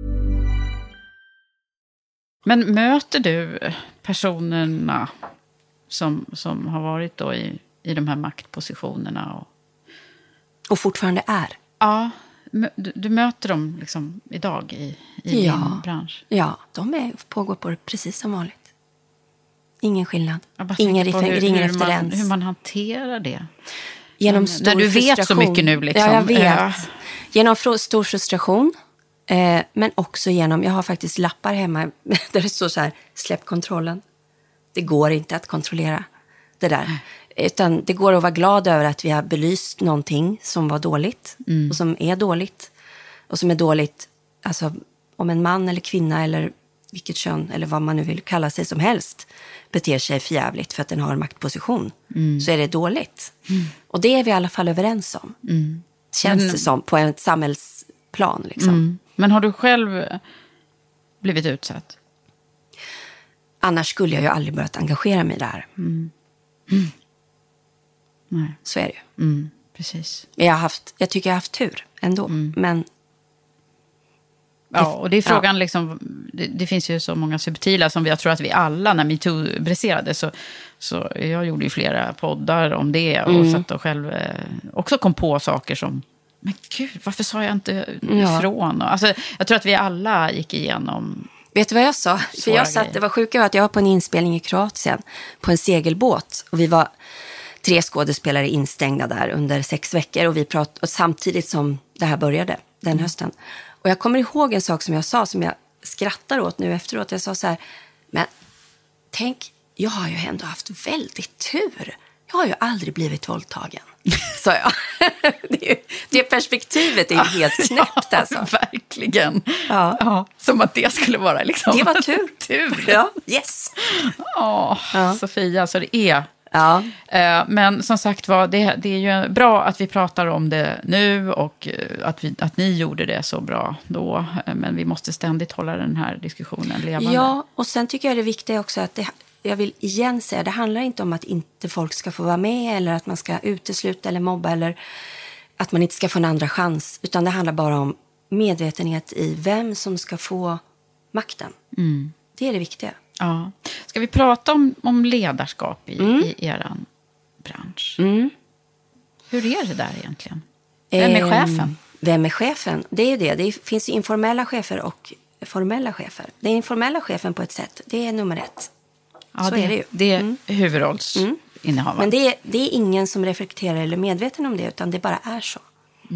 Men möter du personerna som har varit då i de här maktpositionerna? Och fortfarande är? Ja, du möter dem liksom idag i din bransch? Ja, pågår på precis som vanligt. Ingen skillnad. Ingen ringer efter ens. Hur man hanterar det. Genom stor när du frustration. vet så mycket nu liksom. Ja, jag vet. Genom stor frustration. Men också genom, jag har faktiskt lappar hemma där det står så här, släpp kontrollen. Det går inte att kontrollera det där. Utan det går att vara glad över att vi har belyst någonting som var dåligt. Och som är dåligt. Och som är dåligt, alltså om en man eller kvinna eller vilket kön eller vad man nu vill kalla sig som helst beter sig förjävligt för att den har en maktposition. Så är det dåligt. Och det är vi i alla fall överens om. Känns det som på ett samhällsplan liksom. Men har du själv blivit utsatt? Annars skulle jag ju aldrig börjat engagera mig där. Nej. Så är det ju. Precis. Jag tycker jag har haft tur ändå. Men ja, och det är frågan liksom, det finns ju så många subtila som jag tror att vi alla, när MeToo briserade, så jag gjorde ju flera poddar om det och satt och själv också kom på saker som, men gud, varför sa jag inte ifrån? Alltså, jag tror att vi alla gick igenom. Vet du vad jag sa? För det var sjuka att jag var på en inspelning i Kroatien på en segelbåt och vi var 3 skådespelare instängda där under 6 veckor och vi pratade och samtidigt som det här började den hösten. Och jag kommer ihåg en sak som jag sa som jag skrattar åt nu efteråt. Jag sa så här, men tänk, jag har ju ändå haft väldigt tur. Jag har ju aldrig blivit våldtagen, sa jag. Det perspektivet är ju helt knäppt alltså. Verkligen. Ja, som att det skulle vara liksom. Det var tur. Tur. Ja, yes. Sofia, så det är. Ja. Men som sagt var, det är ju bra att vi pratar om det nu och att ni gjorde det så bra då. Men vi måste ständigt hålla den här diskussionen levande. Ja, och sen tycker jag det viktiga också att jag vill igen säga, det handlar inte om att inte folk ska få vara med eller att man ska utesluta eller mobba eller att man inte ska få en andra chans. Utan det handlar bara om medvetenhet i vem som ska få makten. Mm. Det är det viktiga. Ja. Ska vi prata om ledarskap i er bransch? Mm. Hur är det där egentligen? Vem är chefen? Vem är chefen? Det är det. Det finns ju informella chefer och formella chefer. Den informella chefen på ett sätt, det är nummer 1. Ja, så är det ju. Det är huvudrollsinnehavaren. Men det är ingen som reflekterar eller är medveten om det, utan det bara är så.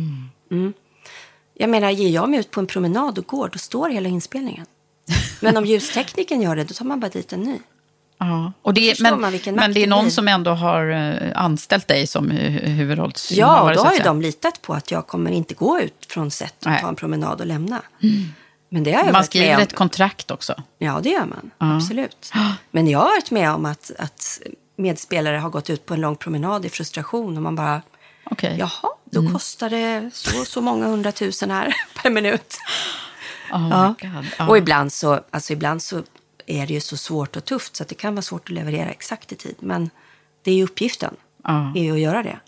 Jag menar, ger jag mig ut på en promenad och går, då står hela inspelningen. Men om ljustekniken gör det, då tar man bara dit en ny. Ja, och men det är någon som ändå har anställt dig som huvudrollsinnehavare. Ja, då har ju de litat på att jag kommer inte gå ut från set och ta en promenad och lämna. Men det har jag man skriver ett kontrakt också. Ja, det gör man. Absolut. Men jag har varit med om att medspelare har gått ut på en lång promenad i frustration och man bara, jaha, då kostar det så många 100 000 här per minut. Och ibland så är det ju så svårt och tufft så att det kan vara svårt att leverera exakt i tid. Men det är ju uppgiften, är ju att göra det.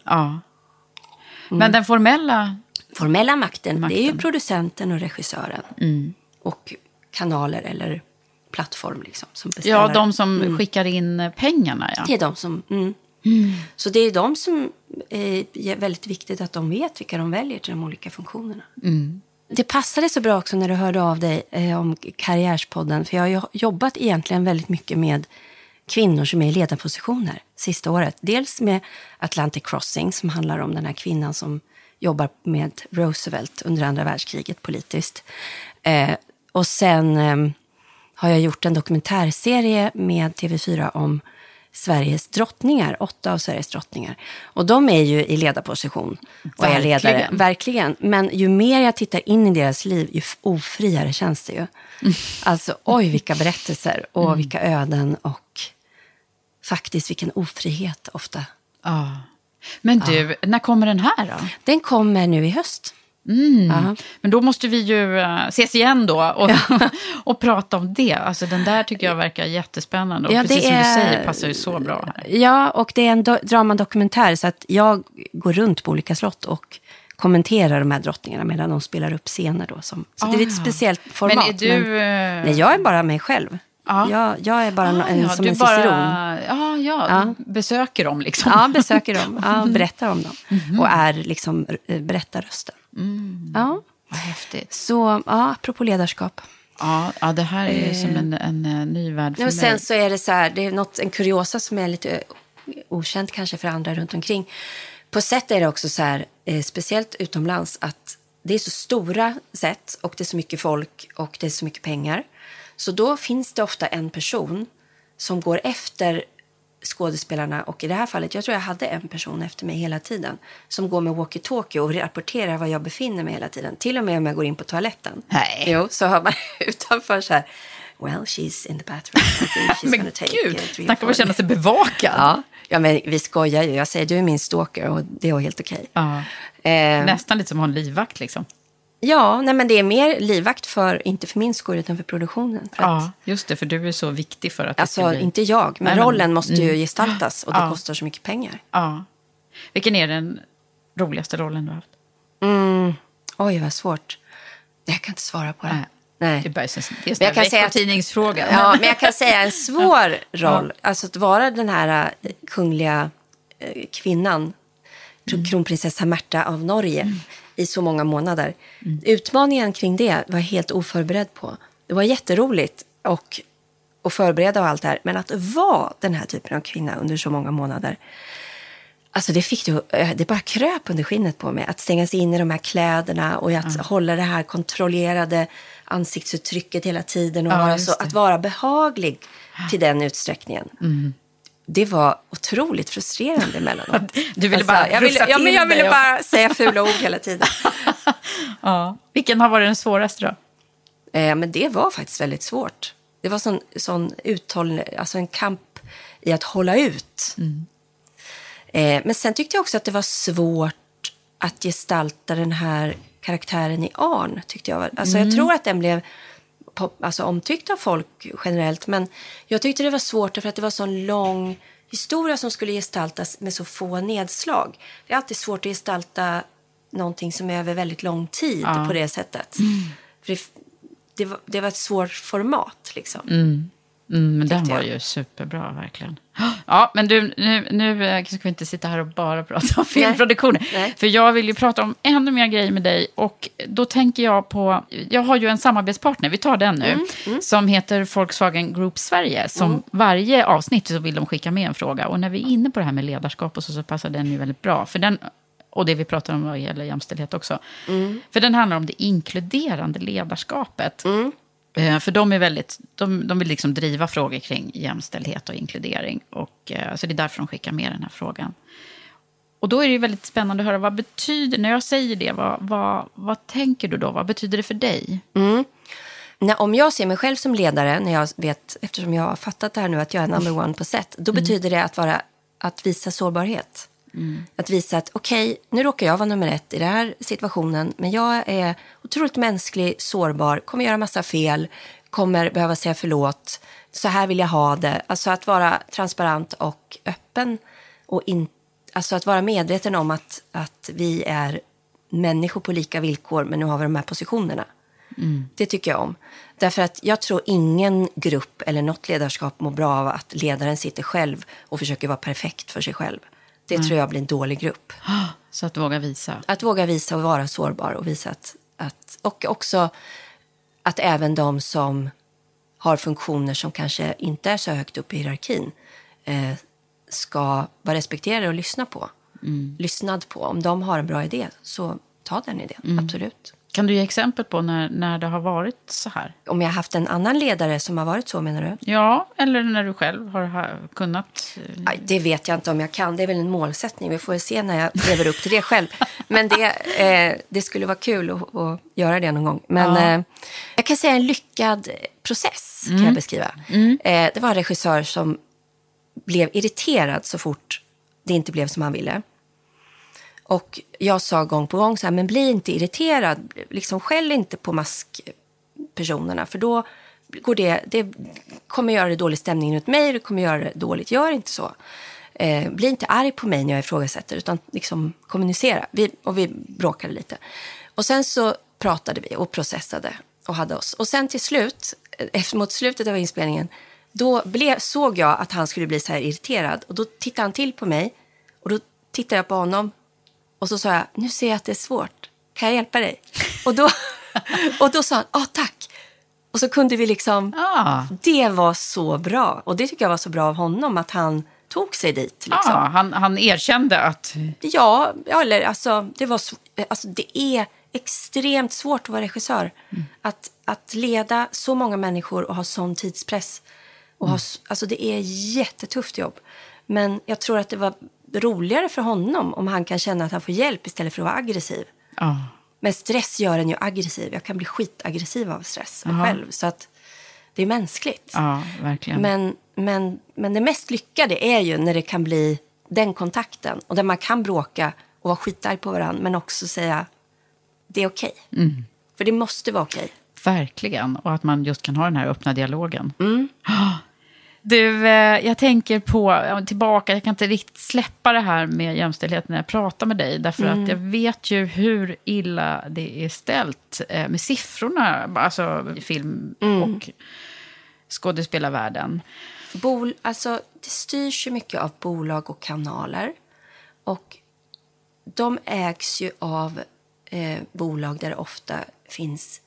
Men den formella makten, det är ju producenten och regissören. Och kanaler eller plattform liksom, som beställer. Ja, de som skickar in pengarna. Ja. Det är de som... Så det är de som är väldigt viktigt att de vet vilka de väljer till de olika funktionerna. Det passade så bra också när du hörde av dig om Karriärspodden. För jag har ju jobbat egentligen väldigt mycket med kvinnor som är i ledarpositioner sista året. Dels med Atlantic Crossing som handlar om den här kvinnan som jobbar med Roosevelt under andra världskriget politiskt. Och sen har jag gjort en dokumentärserie med TV4 om Sveriges drottningar, 8 av Sveriges drottningar. Och de är ju i ledarposition och är ledare. Verkligen. Men ju mer jag tittar in i deras liv, ju ofriare känns det ju. Alltså, oj vilka berättelser och vilka öden och faktiskt vilken ofrihet ofta. Men du, när kommer den här då? Den kommer nu i höst. Men då måste vi ju ses igen då och prata om det. Alltså den där tycker jag verkar jättespännande. Och precis som du säger passar ju så bra här. Ja, och det är en dramadokumentär så att jag går runt på olika slott och kommenterar de här drottningarna medan de spelar upp scener då. Så det är ett speciellt format. Men är du... nej, jag är bara mig själv. Jag är bara som en ciceron. Besöker dem liksom. Ja, besöker dem. Berättar om dem. Och är liksom berättarrösten. Vad häftigt. Så, apropå ledarskap. Ja, det här är ju som en ny värld för mig. Sen så är det så här, det är en kuriosa som är lite okänt kanske för andra runt omkring. På sätt är det också så här, speciellt utomlands, att det är så stora sätt och det är så mycket folk och det är så mycket pengar. Så då finns det ofta en person som går efter skådespelarna, och i det här fallet, jag tror jag hade en person efter mig hela tiden som går med walkie-talkie och rapporterar var jag befinner mig hela tiden. Till och med om jag går in på toaletten. Nej. Jo, så hör man utanför så här, well, she's in the bathroom. Men gud, snacka om att känna sig bevakad. Ja, men vi skojar ju. Jag säger, du är min stalker och det är helt okej. Nästan lite som att ha en livvakt liksom. Ja, nej, men det är mer livvakt inte för min skull utan för produktionen. För just det, för du är så viktig för att... Alltså, inte jag, men rollen måste ju gestaltas och det kostar så mycket pengar. Vilken är den roligaste rollen du har haft? Oj, vad svårt. Jag kan inte svara på det. Nej. Det är en veckotidningsfråga. Ja, men jag kan säga en svår roll. Alltså att vara den här kungliga kvinnan, kronprinsessa Märta av Norge i så många månader. Utmaningen kring det var jag helt oförberedd på. Det var jätteroligt och förbereda och allt det här. Men att vara den här typen av kvinna under så många månader. Alltså det bara kröp under skinnet på mig. Att stänga sig in i de här kläderna och att hålla det här kontrollerade ansiktsuttrycket hela tiden. Och att vara behaglig till den utsträckningen. Det var otroligt frustrerande emellanåt. Du ville bara jag ville bara säga fula ord hela tiden. Ja. Vilken har varit den svåraste då? Men det var faktiskt väldigt svårt. Det var sån alltså en kamp i att hålla ut. Men sen tyckte jag också att det var svårt att gestalta den här karaktären i Arn, tyckte jag. Alltså jag tror att den blev omtyckt av folk generellt, men jag tyckte det var svårt för att det var så en lång historia som skulle gestaltas med så få nedslag. Det är alltid svårt att gestalta någonting som är över väldigt lång tid på det sättet. För det var ett svårt format liksom. Men den var ju superbra, verkligen. Ja, men du, nu ska vi inte sitta här och bara prata om filmproduktioner. Nej. För jag vill ju prata om ännu mer grejer med dig. Och då tänker jag på, jag har ju en samarbetspartner, vi tar den nu, som heter Volkswagen Group Sverige. Som varje avsnitt så vill de skicka med en fråga. Och när vi är inne på det här med ledarskap och så passar den ju väldigt bra. För den, och det vi pratar om vad gäller jämställdhet också. För den handlar om det inkluderande ledarskapet. För de är väldigt, de vill liksom driva frågor kring jämställdhet och inkludering. Och så det är därför de skickar med den här frågan. Och då är det ju väldigt spännande att höra, vad betyder, när jag säger det, vad tänker du då? Vad betyder det för dig? Om jag ser mig själv som ledare, när jag vet, eftersom jag har fattat det här nu att jag är number one på set, då betyder det att visa sårbarhet. Att visa att okej, nu råkar jag vara nummer 1 i den här situationen, men jag är otroligt mänsklig, sårbar, kommer göra massa fel, kommer behöva säga förlåt, så här vill jag ha det. Alltså att vara transparent och öppen och alltså att vara medveten om att vi är människor på lika villkor, men nu har vi de här positionerna. Det tycker jag om. Därför att jag tror ingen grupp eller något ledarskap mår bra av att ledaren sitter själv och försöker vara perfekt för sig själv. Det tror jag blir en dålig grupp. Så att våga visa. Att våga visa och vara sårbar och visa och också att även de som har funktioner som kanske inte är så högt upp i hierarkin ska vara respekterade och lyssnad på. Om de har en bra idé, så ta den idén, absolut. Kan du ge exempel på när det har varit så här? Om jag har haft en annan ledare som har varit så, menar du? Ja, eller när du själv har kunnat... Det vet jag inte om jag kan. Det är väl en målsättning. Vi får se när jag lever upp till det själv. Men det skulle vara kul att göra det någon gång. Men jag kan säga en lyckad process kan jag beskriva. Det var en regissör som blev irriterad så fort det inte blev som han ville. Och jag sa gång på gång så här, men bli inte irriterad. Liksom skäll inte på maskpersonerna. För då går det kommer göra det dålig stämning runt mig. Det kommer göra det dåligt. Gör inte så. Bli inte arg på mig när jag ifrågasätter. Utan liksom kommunicera. Vi bråkade lite. Och sen så pratade vi och processade. Och hade oss. Och sen till slut, mot slutet av inspelningen. Då såg jag att han skulle bli så här irriterad. Och då tittade han till på mig. Och då tittade jag på honom. Och så sa jag, nu ser jag att det är svårt. Kan jag hjälpa dig? Och då sa han, tack. Och så kunde vi liksom, det var så bra. Och det tycker jag var så bra av honom, att han tog sig dit. Liksom. Han erkände att... Ja, eller det är extremt svårt att vara regissör. Att leda så många människor och ha sån tidspress. Och det är jättetufft jobb. Men jag tror att det var roligare för honom om han kan känna att han får hjälp istället för att vara aggressiv. Men stress gör en ju aggressiv. Jag kan bli skitaggressiv av stress själv. Så att det är mänskligt. Ja, verkligen. Men det mest lyckade är ju när det kan bli den kontakten. Och där man kan bråka och vara skitarg på varandra. Men också säga, det är okej. För det måste vara okej. Verkligen. Och att man just kan ha den här öppna dialogen. Du, jag tänker på, tillbaka, jag kan inte riktigt släppa det här med jämställdhet när jag pratar med dig. Därför att jag vet ju hur illa det är ställt med siffrorna, alltså i film och skådespelarvärlden. Det styrs ju mycket av bolag och kanaler. Och de ägs ju av bolag där det ofta finns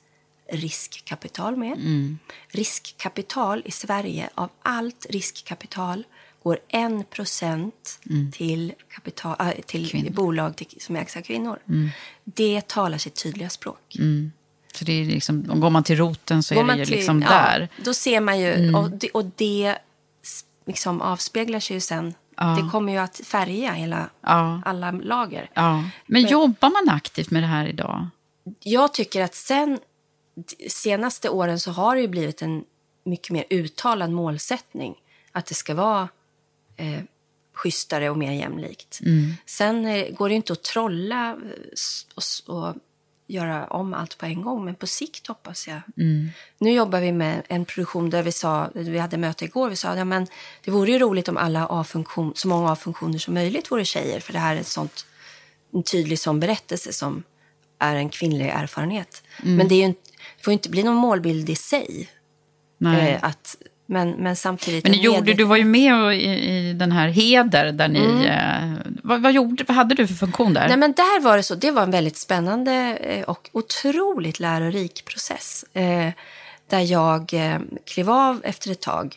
riskkapital med. Riskkapital i Sverige, av allt riskkapital går 1% till bolag som ägs av kvinnor. Det talar sitt tydliga språk. Så det är liksom, går man till roten så är det ju liksom där. Då ser man ju, och det liksom avspeglar sig ju sen. Det kommer ju att färga alla lager. Men jobbar man aktivt med det här idag? Jag tycker att senaste åren så har det ju blivit en mycket mer uttalad målsättning. Att det ska vara schysstare och mer jämlikt. Sen går det ju inte att trolla och göra om allt på en gång. Men på sikt hoppas jag. Nu jobbar vi med en produktion där vi hade möte igår. Vi sa men det vore ju roligt om så många A-funktioner som möjligt vore tjejer. För det här är en tydlig sån berättelse som är en kvinnlig erfarenhet. Men det får ju inte bli någon målbild i sig. Nej. Men samtidigt... Men du var ju med i den här Heder där ni... Vad hade du för funktion där? Nej, men där var det så. Det var en väldigt spännande och otroligt lärorik process. Där jag klev av efter ett tag.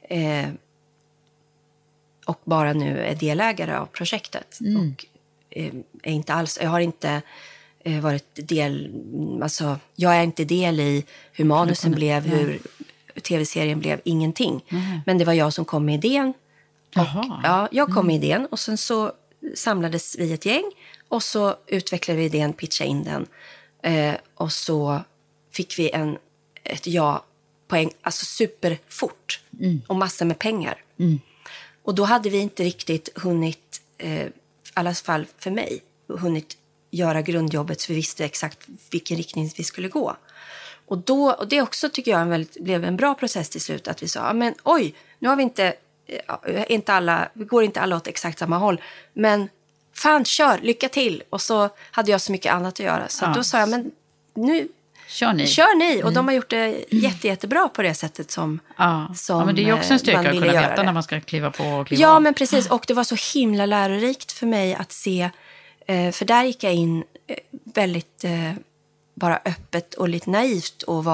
Och bara nu är delägare av projektet. Och är inte alls... Jag har inte varit alltså jag är inte del i hur manusen blev, hur tv-serien blev, ingenting. Men det var jag som kom med idén. Jag kom med idén och sen så samlades vi ett gäng och så utvecklade vi idén, pitchade in den. Och så fick vi ett ja-poäng, alltså superfort och massor med pengar. Och då hade vi inte riktigt hunnit, i alla fall för mig, hunnit göra grundjobbet så vi visste exakt vilken riktning vi skulle gå. Och det också tycker jag blev en bra process till slut, att vi sa, men oj, nu har vi vi går inte alla åt exakt samma håll, men fan, kör, lycka till. Och så hade jag så mycket annat att göra, så då sa jag, men nu kör ni. Och de har gjort det jättebra på det sättet som men det är ju också en styrka att kunna veta när man ska kliva på och kliva av. Men precis, och det var så himla lärorikt för mig att se, för där gick jag in väldigt bara öppet och lite naivt och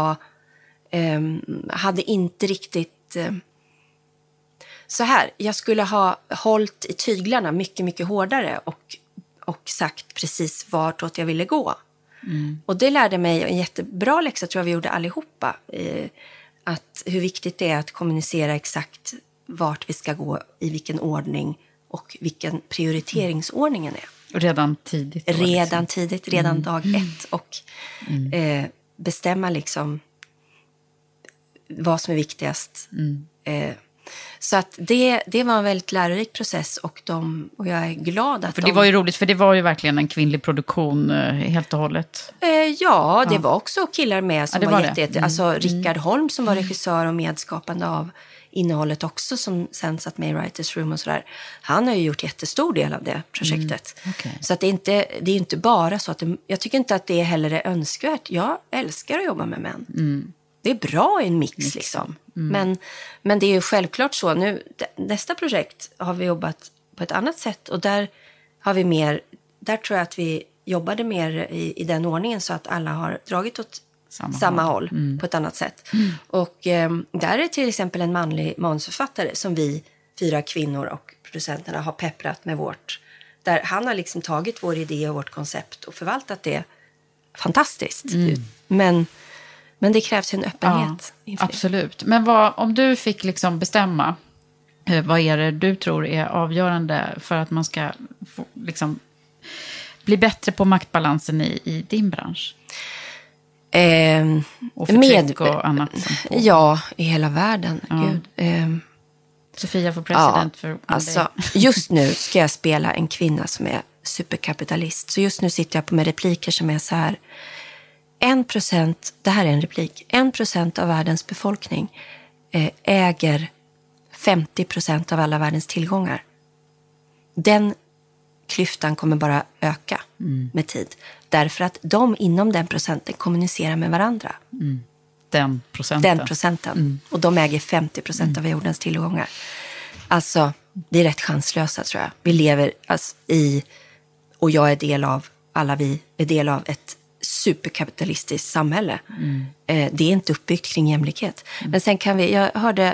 hade inte riktigt så här. Jag skulle ha hållit i tyglarna mycket, mycket hårdare och sagt precis vartåt jag ville gå. Och det lärde mig en jättebra läxa, tror jag vi gjorde allihopa, att hur viktigt det är att kommunicera exakt vart vi ska gå, i vilken ordning och vilken prioriteringsordningen är. Redan tidigt. Redan dag ett. Och bestämma liksom vad som är viktigast. Så att det var en väldigt lärorik process och jag är glad att det var ju roligt, för det var ju verkligen en kvinnlig produktion helt och hållet. Det var också killar med som var jätte. Alltså Rickard Holm som var regissör och medskapande av innehållet också, som sen satt med i Writers Room och sådär. Han har ju gjort jättestor del av det projektet. Så att det är inte bara så att jag tycker inte att det heller är önskvärt. Jag älskar att jobba med män. Det är bra i en mix liksom. Men det är ju självklart så. Nu, nästa projekt har vi jobbat på ett annat sätt, och där har vi där tror jag att vi jobbade mer i den ordningen så att alla har dragit åt samma håll på ett annat sätt. Och där är till exempel en manlig manusförfattare som vi 4 kvinnor och producenterna har pepprat med där han har liksom tagit vår idé och vårt koncept och förvaltat det fantastiskt. Men det krävs en öppenhet. Absolut. Men om du fick liksom bestämma, vad är det du tror är avgörande för att man ska liksom bli bättre på maktbalansen i din bransch? Och förtryck och annat. I hela världen. Gud. Sofia får president för alltså, just nu ska jag spela en kvinna som är superkapitalist. Så just nu sitter jag på med repliker som är så här: 1%, det här är en replik, 1% av världens befolkning äger 50% av alla världens tillgångar. Den klyftan kommer bara öka med tid. Därför att de inom den procenten kommunicerar med varandra. Den procenten. Och de äger 50% av jordens tillgångar. Alltså, det är rätt chanslösa, tror jag. Vi lever och jag är vi är del av ett superkapitalistiskt samhälle. Det är inte uppbyggt kring jämlikhet. Men sen jag hörde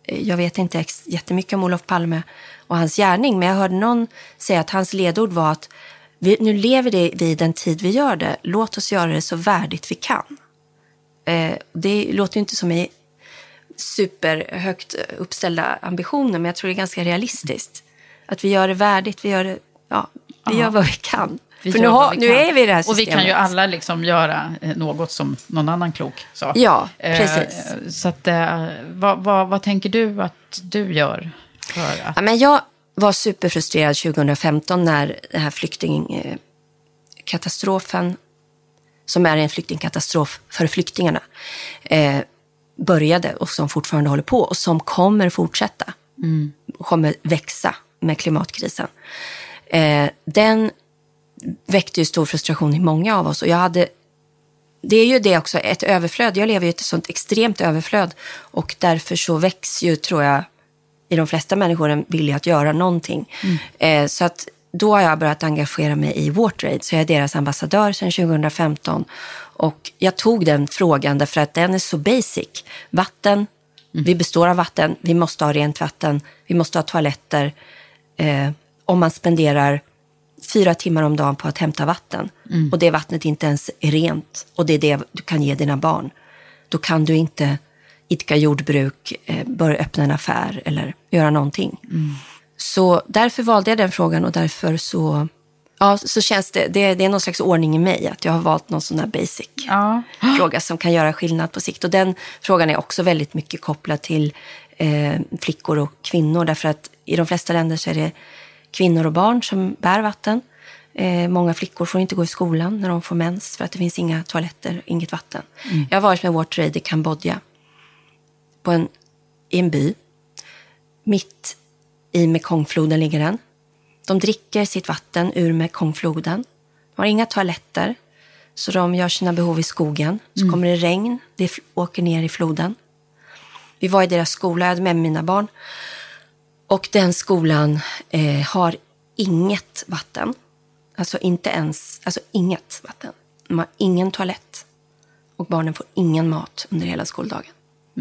jag vet inte jättemycket om Olof Palme och hans gärning, men jag hörde någon säga att hans ledord var att nu lever vi i den tid vi gör det. Låt oss göra det så värdigt vi kan. Det låter ju inte som i superhögt uppställda ambitioner, men jag tror det är ganska realistiskt. Att vi gör det värdigt, vi gör vad vi kan. För nu är vi i det här systemet. Och vi kan ju alla liksom göra något som någon annan klok sa. Ja, precis. Så att, vad tänker du att du gör? För att... Ja, men jag var superfrustrerad 2015 när den här flyktingkatastrofen, som är en flyktingkatastrof för flyktingarna, började och som fortfarande håller på och som kommer fortsätta. Kommer växa med klimatkrisen. Den väckte ju stor frustration i många av oss, och det är ju det också, ett överflöd. Jag lever ju ett sånt extremt överflöd, och därför så växer ju, tror jag, i de flesta människor en vilja att göra någonting. Så att då har jag börjat engagera mig i WaterAid, så jag är deras ambassadör sedan 2015, och jag tog den frågan därför att den är så basic. Vatten, vi består av vatten, vi måste ha rent vatten, vi måste ha toaletter. Om man spenderar 4 timmar om dagen på att hämta vatten, och det vattnet inte ens är rent, och det är det du kan ge dina barn, då kan du inte idka jordbruk, börja öppna en affär eller göra någonting. Så därför valde jag den frågan, och därför så känns det är någon slags ordning i mig att jag har valt någon sån här basic fråga som kan göra skillnad på sikt. Och den frågan är också väldigt mycket kopplad till flickor och kvinnor, därför att i de flesta länder så är det kvinnor och barn som bär vatten. Många flickor får inte gå i skolan när de får mens för att det finns inga toaletter, inget vatten. Jag har varit med WaterAid i Kambodja i en by. Mitt i Mekongfloden ligger den. De dricker sitt vatten ur Mekongfloden. De har inga toaletter, så de gör sina behov i skogen. Så kommer det regn, det åker ner i floden. Vi var i deras skola, jag hade med mina barn. Och den skolan har inget vatten. Alltså inget vatten. De har ingen toalett. Och barnen får ingen mat under hela skoldagen.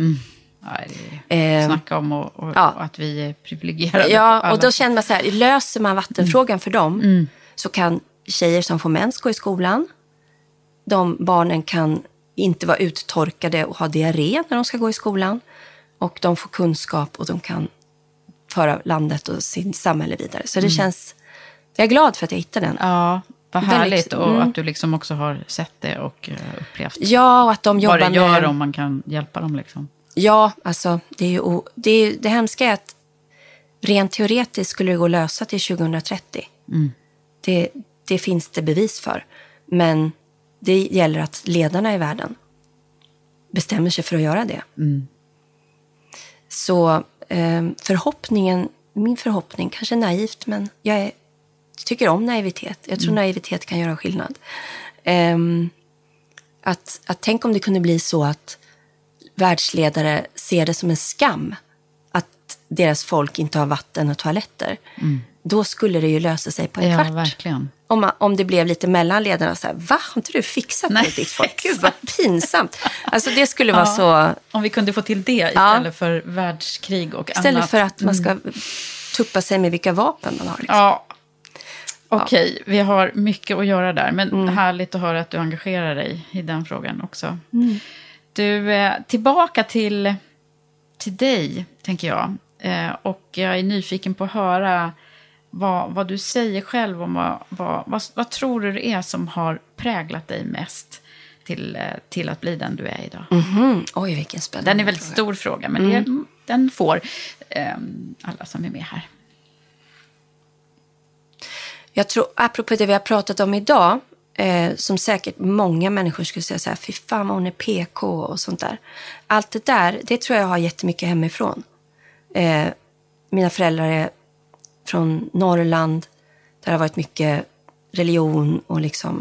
Snacka om att vi är privilegierade. Ja, och då känner man så här, löser man vattenfrågan för dem, så kan tjejer som får mens gå i skolan. De barnen kan inte vara uttorkade och ha diarré när de ska gå i skolan. Och de får kunskap, och de kan föra landet och sin samhälle vidare. Så det känns, jag är glad för att jag hittade den. Ja, vad härligt. Och att du liksom också har sett det och upplevt. Ja, och att de jobbar vad det gör om man kan hjälpa dem liksom. Ja, alltså det hemska är att rent teoretiskt skulle det gå att lösa till 2030. Det finns det bevis för. Men det gäller att ledarna i världen bestämmer sig för att göra det. Så min förhoppning, kanske naivt, men jag tycker om naivitet. Jag tror naivitet kan göra skillnad. Att tänk om det kunde bli så att världsledare ser det som en skam att deras folk inte har vatten och toaletter. Då skulle det ju lösa sig på en kvart. Verkligen. Om det blev lite mellan ledarna så här, va? Har inte du fixat det ditt folk? Gud, vad pinsamt. Alltså det skulle vara så... Om vi kunde få till det istället för världskrig och istället annat. för att man ska tuppa sig med vilka vapen man har. Liksom. Ja. Okej, vi har mycket att göra där. Men härligt att höra att du engagerar dig i den frågan också. Du, tillbaka till dig, tänker jag. Och jag är nyfiken på att höra vad du säger själv om vad tror du det är som har präglat dig mest till att bli den du är idag? Oj, vilken spännande Den är väldigt stor fråga, men den får alla som är med här. Jag tror, apropå det vi har pratat om idag, som säkert många människor skulle säga så här, fy fan vad hon är PK och sånt där. Allt det där, det tror jag har jättemycket hemifrån. Mina föräldrar är från Norrland, där det har varit mycket religion och liksom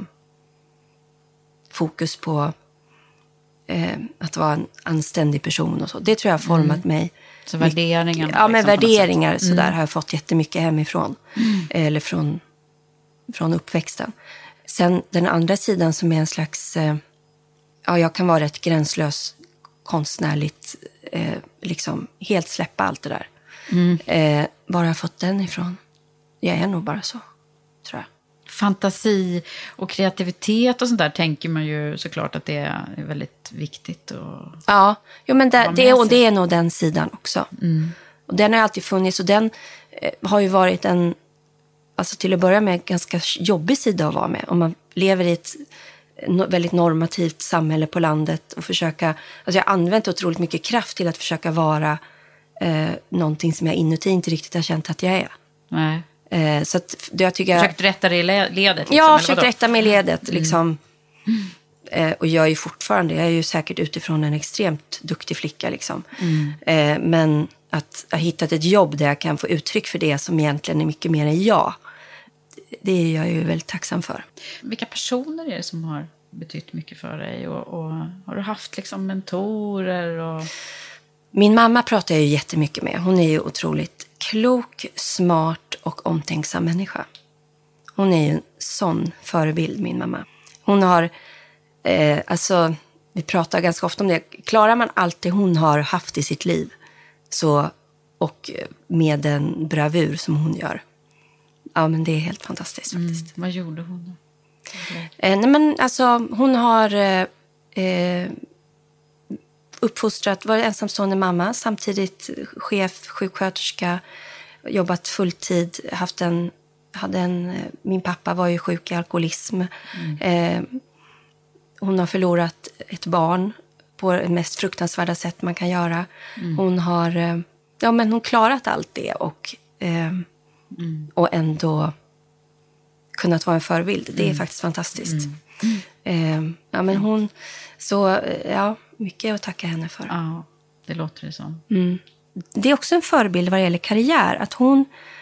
fokus på att vara en anständig person och så. Det tror jag har format mig. Så värderingar? Ja, men värderingar så där har jag fått jättemycket hemifrån. Eller från uppväxten. Sen den andra sidan som är en slags... jag kan vara rätt gränslös konstnärligt liksom helt släppa allt det där. Var har jag fått den ifrån? Jag är nog bara så, tror jag. Fantasi och kreativitet och sånt där tänker man ju såklart att det är väldigt viktigt. Ja, men det är nog den sidan också. Och den har alltid funnits och den har ju varit alltså till att börja med, ganska jobbig sida att vara med. Om man lever i ett väldigt normativt samhälle på landet och försöka, alltså jag har använt otroligt mycket kraft till att försöka vara någonting som jag inuti inte riktigt har känt att jag är. Nej. Så att jag tycker... Försökt rätta dig i ledet? Liksom, jag har försökt rätta mig i ledet. Liksom. Och jag är ju fortfarande, jag är ju säkert utifrån en extremt duktig flicka. Liksom. Men att ha hittat ett jobb där jag kan få uttryck för det som egentligen är mycket mer än jag. Det är jag ju väldigt tacksam för. Vilka personer är det som har betytt mycket för dig? Och har du haft liksom mentorer? Min mamma pratar jag ju jättemycket med. Hon är ju otroligt klok, smart och omtänksam människa. Hon är ju en sån förebild, min mamma. Hon har, alltså vi pratar ganska ofta om det. Klarar man allt det hon har haft i sitt liv så, och med en bravur som hon gör. Ja, men det är helt fantastiskt faktiskt. Vad gjorde hon då? Nej, men alltså hon har uppfostrat, var ensamstående mamma, samtidigt chef, sjuksköterska, jobbat fulltid, min pappa var ju sjuk i alkoholism. Hon har förlorat ett barn på det mest fruktansvärda sätt man kan göra. Hon har hon klarat allt det och ändå kunnat vara en förebild. Det är faktiskt fantastiskt. Men hon, så mycket att tacka henne för. Ja, det låter det som. Det är också en förebild vad det gäller karriär. Att hon,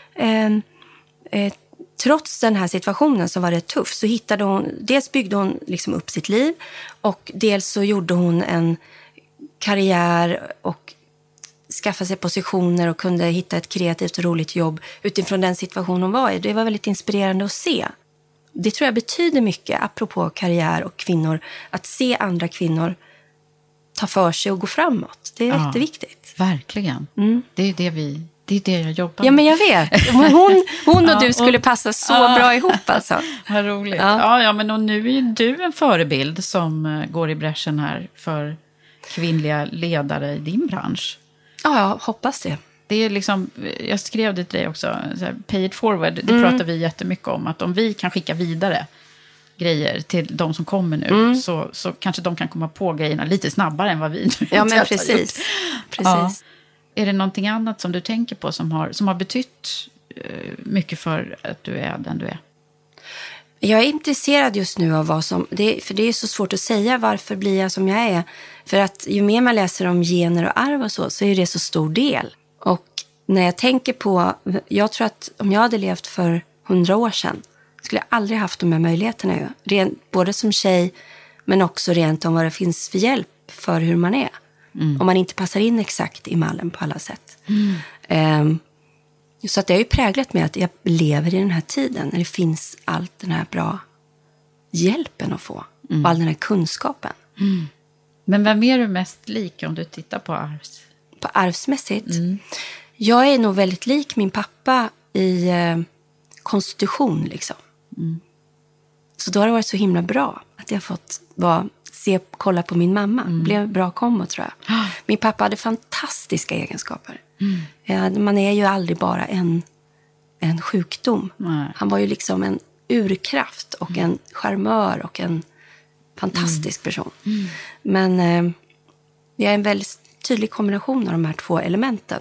trots den här situationen som var rätt tuff, så hittade hon, dels byggde hon liksom upp sitt liv och dels så gjorde hon en karriär och skaffa sig positioner och kunde hitta ett kreativt och roligt jobb utifrån den situation hon var i. Det var väldigt inspirerande att se. Det tror jag betyder mycket, apropå karriär och kvinnor, att se andra kvinnor ta för sig och gå framåt. Det är jätteviktigt. Verkligen. Det är det jag jobbar med. Ja, men jag vet. Hon och du skulle passa så bra ihop alltså. Vad roligt. Ja, men och nu är ju du en förebild som går i bräschen här för kvinnliga ledare i din bransch. Ja, jag hoppas det. Det är liksom, jag skrev det till dig också, så här, pay it forward, det pratar vi jättemycket om. Att om vi kan skicka vidare grejer till de som kommer nu så kanske de kan komma på grejerna lite snabbare än vad vi nu. Ja, men precis. Ja. Är det någonting annat som du tänker på som har betytt mycket för att du är den du är? Jag är intresserad just nu av för det är så svårt att säga varför blir jag som jag är. För att ju mer man läser om gener och arv och så är det så stor del. Och när jag tänker på, jag tror att om jag hade levt för 100 år sedan skulle jag aldrig haft de här möjligheterna. Både som tjej men också rent om vad det finns för hjälp för hur man är. Om man inte passar in exakt i mallen på alla sätt. Så att det har ju präglat mig att jag lever i den här tiden när det finns allt den här bra hjälpen att få. Och all den här kunskapen. Men vem är du mest lik om du tittar på På arvsmässigt? Jag är nog väldigt lik min pappa i konstitution liksom. Så då har det varit så himla bra att jag fått kolla på min mamma. Det blev bra kombo, tror jag. Min pappa hade fantastiska egenskaper. Man är ju aldrig bara en sjukdom. Han var ju liksom en urkraft och en charmör och en fantastisk person. Men det är en väldigt tydlig kombination av de här två elementen.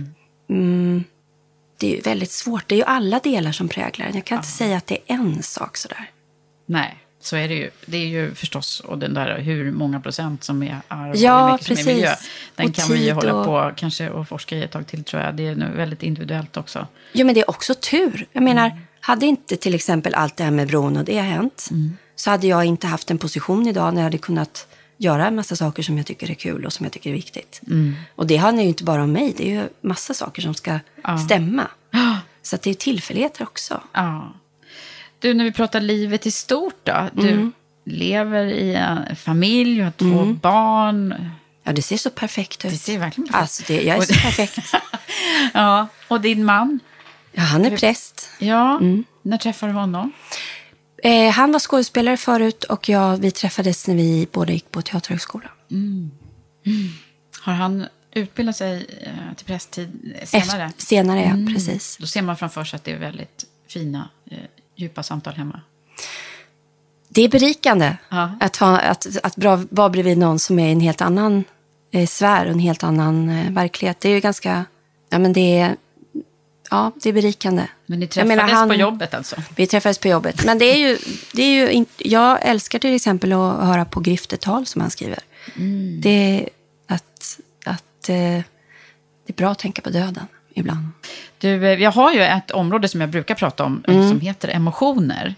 Det är ju väldigt svårt. Det är ju alla delar som präglar den. Jag kan inte säga att det är en sak sådär. Nej, så är det ju. Det är ju förstås, och den där hur många procent som är arv och hur mycket som är miljö. Den och kan vi ju hålla på kanske och forska i ett tag till, tror jag. Det är nu väldigt individuellt också. Ja, men det är också tur. Jag menar, hade inte till exempel allt det här med bron och det har hänt, så hade jag inte haft en position idag när jag hade kunnat göra en massa saker som jag tycker är kul och som jag tycker är viktigt. Och det handlar ju inte bara om mig. Det är ju massa saker som ska stämma. Så att det är tillfälligheter också. Ja. Du, när vi pratar livet i stort då. Du lever i en familj, har 2 barn. Ja, det ser så perfekt ut. Det ser verkligen perfekt. Alltså, jag är så perfekt. Ja, och din man? Ja, han är präst. Ja, när träffade du honom? Han var skådespelare förut och vi träffades när vi båda gick på teaterhögskolan. Har han utbildat sig till prästtid senare? Senare, ja, precis. Då ser man framför sig att det är väldigt fina, djupa samtal hemma. Det är berikande Ja. att vara bredvid någon som är i en helt annan sfär och en helt annan verklighet. Det är ju ganska, det är berikande. Men ni träffades på jobbet alltså? Vi träffades på jobbet. Men det är ju jag älskar till exempel att höra på Griftetal som han skriver. Det är det är bra att tänka på döden ibland. Du, jag har ju ett område som jag brukar prata om som heter emotioner.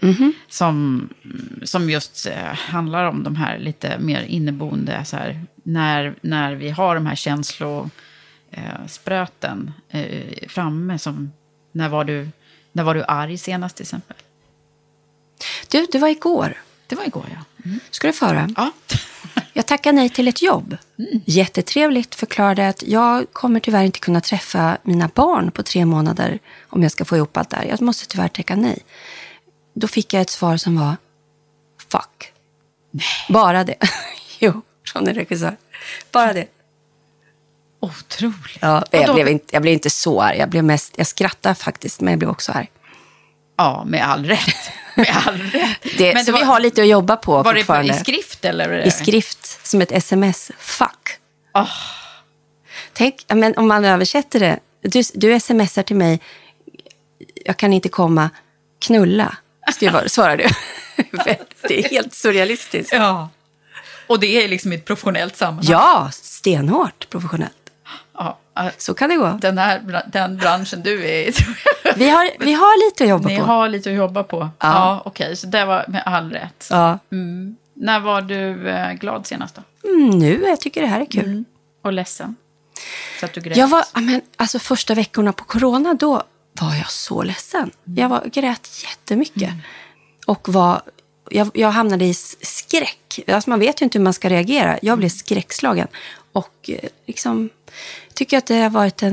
Som just handlar om de här lite mer inneboende, så här, när vi har de här känslospröten framme. Som, när var du arg senast till exempel? Du, det var igår. Det var igår, ja. Ska du föra? Ja. Jag tackar nej till ett jobb. Jättetrevligt, förklarade att jag kommer tyvärr inte kunna träffa mina barn på 3 månader om jag ska få ihop allt där. Jag måste tyvärr tacka nej. Då fick jag ett svar som var fuck. Nej. Bara det. Jo, från en regissör. Bara det. Otroligt. Ja, jag blev inte så arg. Jag skrattade faktiskt, men jag blev också arg. Ja, med all rätt. Men så vi har lite att jobba på var fortfarande. Var det i skrift eller? I skrift, som ett sms. Fuck. Oh. Tänk, men om man översätter det. Du smsar till mig. Jag kan inte komma. Knulla. Svarar du. Det är helt surrealistiskt. Ja. Och det är liksom ett professionellt sammanhang. Ja, stenhårt professionellt. Ja, så kan det gå. Den branschen du är i. Vi har lite att jobba på. Ni har lite att jobba på. Ja, okej. Så det var med all rätt. Ja. När var du glad senast då? Nu, jag tycker det här är kul. Och ledsen? Så att du grät? Jag var, första veckorna på corona, då var jag så ledsen. Jag grät jättemycket. Och jag hamnade i skräck. Alltså man vet ju inte hur man ska reagera. Jag blev skräckslagen. Och liksom tycker att det har varit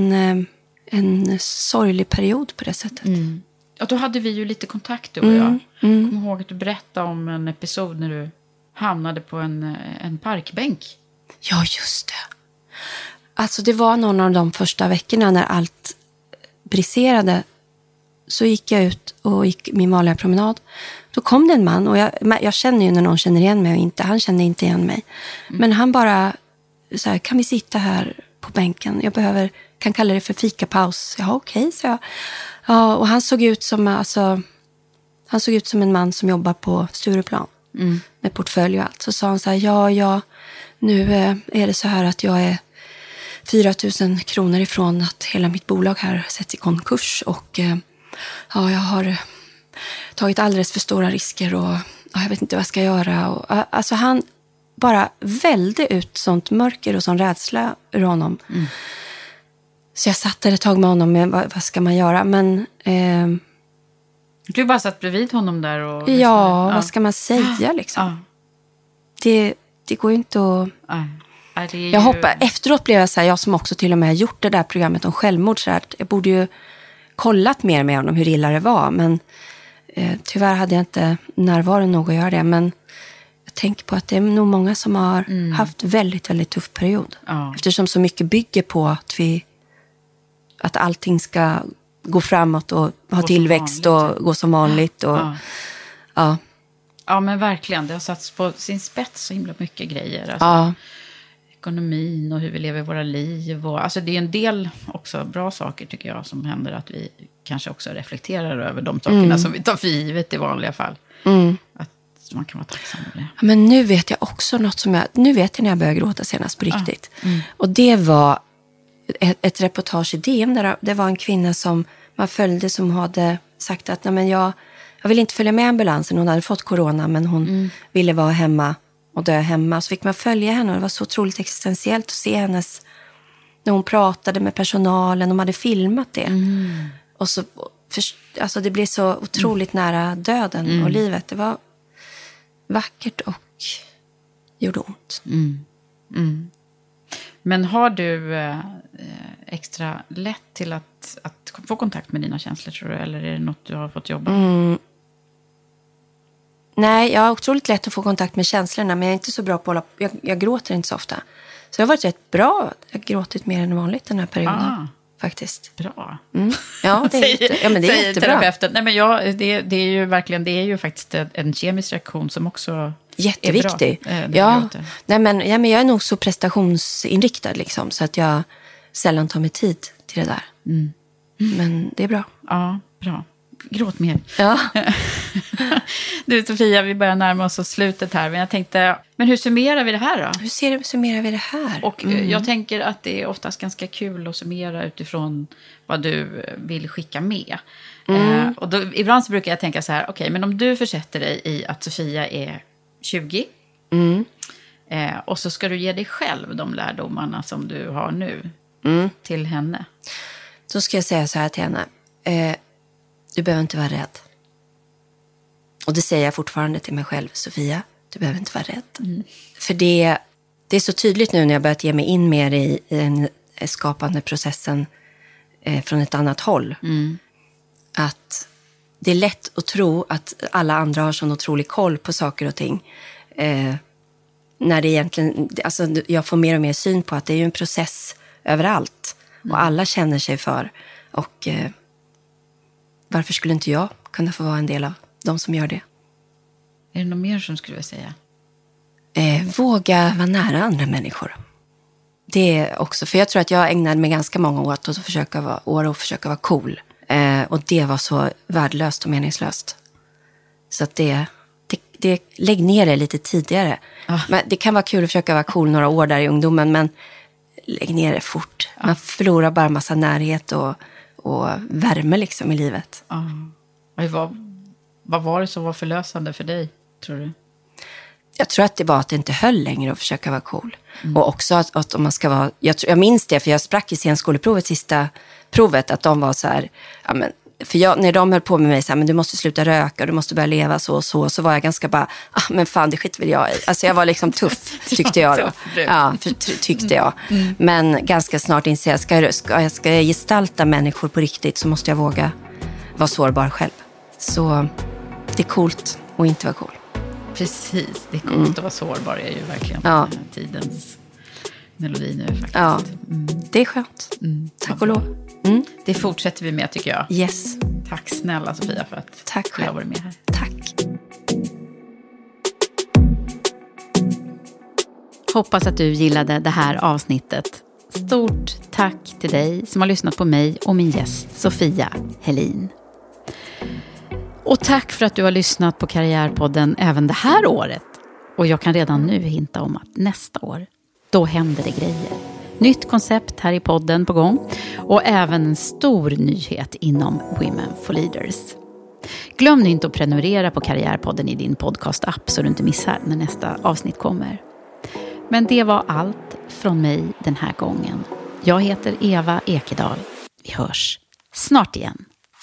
en sorglig period på det sättet. Och då hade vi ju lite kontakt, du och jag. Kom ihåg att du berättade om en episod när du hamnade på en parkbänk. Ja, just det. Alltså det var någon av de första veckorna när allt briserade. Så gick jag ut och gick min vanliga promenad. Då kom det en man, och jag känner ju när någon känner igen mig och inte. Han kände inte igen mig. Men han bara så här, kan vi sitta här på bänken? Jag kan kalla det för fikapaus. Ja, okej, så jag. Ja, och han såg ut som en man som jobbar på Stureplan. Med portfölj och allt. Så sa han så här, ja, nu är det så här att jag är 4 000 kronor ifrån att hela mitt bolag här sätts i konkurs. Och jag har tagit alldeles för stora risker och jag vet inte vad jag ska göra. Och, alltså han bara välde ut sånt mörker och sån rädsla ur honom. Så jag satt där ett tag med honom med vad ska man göra. Men du bara satt bredvid honom där och... Ja, vad ska man säga liksom? Det går ju inte att... Jag hoppar. Efteråt blev jag så här, jag som också till och med gjort det där programmet om självmord så här, jag borde ju kollat mer med honom hur illa det var, men tyvärr hade jag inte närvaron nog att göra det, men jag tänker på att det är nog många som har haft väldigt, väldigt tuff period. Eftersom så mycket bygger på att allting ska gå framåt och ha tillväxt och gå som vanligt. Och, ja, men verkligen. Det har satts på sin spets så himla mycket grejer. Alltså, ekonomin och hur vi lever våra liv. Och, alltså det är en del också bra saker tycker jag som händer, att vi kanske också reflekterar över de sakerna som vi tar för givet i vanliga fall. Att man kan vara tacksam för det. Men nu vet jag också något nu vet jag när jag började gråta senast på riktigt. Och det var ett reportage i DN där det var en kvinna som man följde som hade sagt att nej, men jag vill inte följa med ambulansen. Hon hade fått corona men hon ville vara hemma och dö hemma. Så fick man följa henne och det var så otroligt existentiellt att se hennes, när hon pratade med personalen, de hade filmat det. Och så, alltså det blev så otroligt nära döden och livet. Det var vackert och gjorde ont. Men har du extra lätt till att få kontakt med dina känslor, tror du? Eller är det något du har fått jobba med? Nej, jag har otroligt lätt att få kontakt med känslorna, men jag är inte så bra på att jag gråter inte så ofta. Så det har varit rätt bra. Jag har gråtit mer än vanligt den här perioden. Faktiskt. Bra. Ja, det är jättebra. Terapeuten. Nej, men det är ju verkligen, det är ju faktiskt en kemisk reaktion som också jätteviktig. Är bra. Men jag är nog så prestationsinriktad liksom, så att jag sällan tar mig tid till det där. Men det är bra. Ja, bra. Gråt mer. Ja. Du Sofia, vi börjar närma oss slutet här. Men jag tänkte, hur summerar vi det här då? Hur summerar vi det här? Och jag tänker att det är oftast ganska kul att summera utifrån vad du vill skicka med. Och då, ibland så brukar jag tänka så här, okej, men om du försätter dig i att Sofia är 20. Och så ska du ge dig själv de lärdomarna som du har nu till henne. Då ska jag säga så här till henne. Du behöver inte vara rädd. Och det säger jag fortfarande till mig själv, Sofia. Du behöver inte vara rädd. För det är så tydligt nu när jag börjat ge mig in mer i den skapande processen från ett annat håll. Att det är lätt att tro att alla andra har sån otrolig koll på saker och ting. När det egentligen, alltså jag får mer och mer syn på att det är ju en process överallt. Och alla känner sig för. Och varför skulle inte jag kunna få vara en del av de som gör det? Är det något mer som skulle jag säga? Våga vara nära andra människor. Det är också, för jag tror att jag ägnade mig ganska många år att försöka vara cool. Och det var så värdelöst och meningslöst. Så att det lägg ner det lite tidigare. Men det kan vara kul att försöka vara cool några år där i ungdomen, men lägg ner det fort. Man förlorar bara massa närhet och värme liksom i livet. Vad var det som var förlösande för dig, tror du? Jag tror att det var att det inte höll längre att försöka vara cool. Och också att om man ska vara... Jag minns det, för jag sprack i scenskoleprovet, sista provet, att de var så här... Ja, men, när de höll på med mig så här, men du måste sluta röka och du måste börja leva så var jag ganska bara, men fan, det skit vill jag i. Alltså jag var liksom tuff, tyckte jag då. Ja, tyckte jag. Men ganska snart inser jag, ska jag gestalta människor på riktigt, så måste jag våga vara sårbar själv. Så det är coolt att inte vara cool. Precis, det är coolt att vara sårbar, är ju verkligen tidens melodi nu faktiskt. Ja, det är skönt. Tack och lov. Det fortsätter vi med, tycker jag. Yes. Tack snälla Sofia för att du har varit med här. Tack. Hoppas att du gillade det här avsnittet. Stort tack till dig som har lyssnat på mig och min gäst Sofia Helin. Och tack för att du har lyssnat på Karriärpodden även det här året. Och jag kan redan nu hinta om att nästa år, då händer det grejer. Nytt koncept här i podden på gång. Och även en stor nyhet inom Women for Leaders. Glöm nu inte att prenumerera på Karriärpodden i din podcast-app så du inte missar när nästa avsnitt kommer. Men det var allt från mig den här gången. Jag heter Eva Ekedal. Vi hörs snart igen.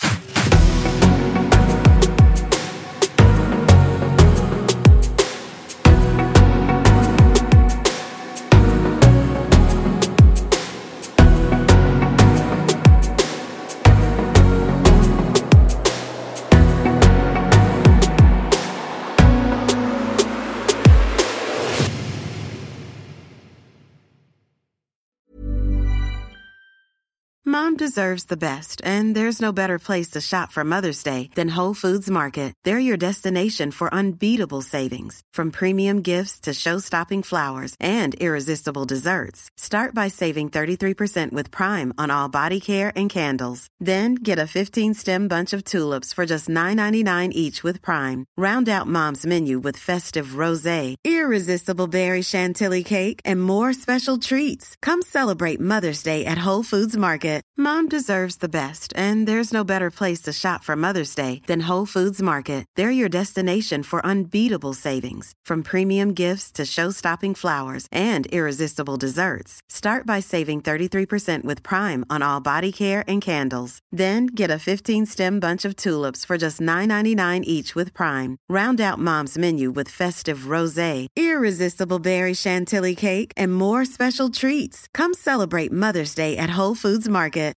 Mom deserves the best, and there's no better place to shop for Mother's Day than Whole Foods Market. They're your destination for unbeatable savings, from premium gifts to show-stopping flowers and irresistible desserts. Start by saving 33% with Prime on all body care and candles. Then get a 15-stem bunch of tulips for just $9.99 each with Prime. Round out Mom's menu with festive rosé, irresistible berry chantilly cake, and more special treats. Come celebrate Mother's Day at Whole Foods Market. Mom deserves the best, and there's no better place to shop for Mother's Day than Whole Foods Market. They're your destination for unbeatable savings, from premium gifts to show-stopping flowers and irresistible desserts. Start by saving 33% with Prime on all body care and candles. Then get a 15-stem bunch of tulips for just $9.99 each with Prime. Round out Mom's menu with festive rosé, irresistible berry chantilly cake, and more special treats. Come celebrate Mother's Day at Whole Foods Market.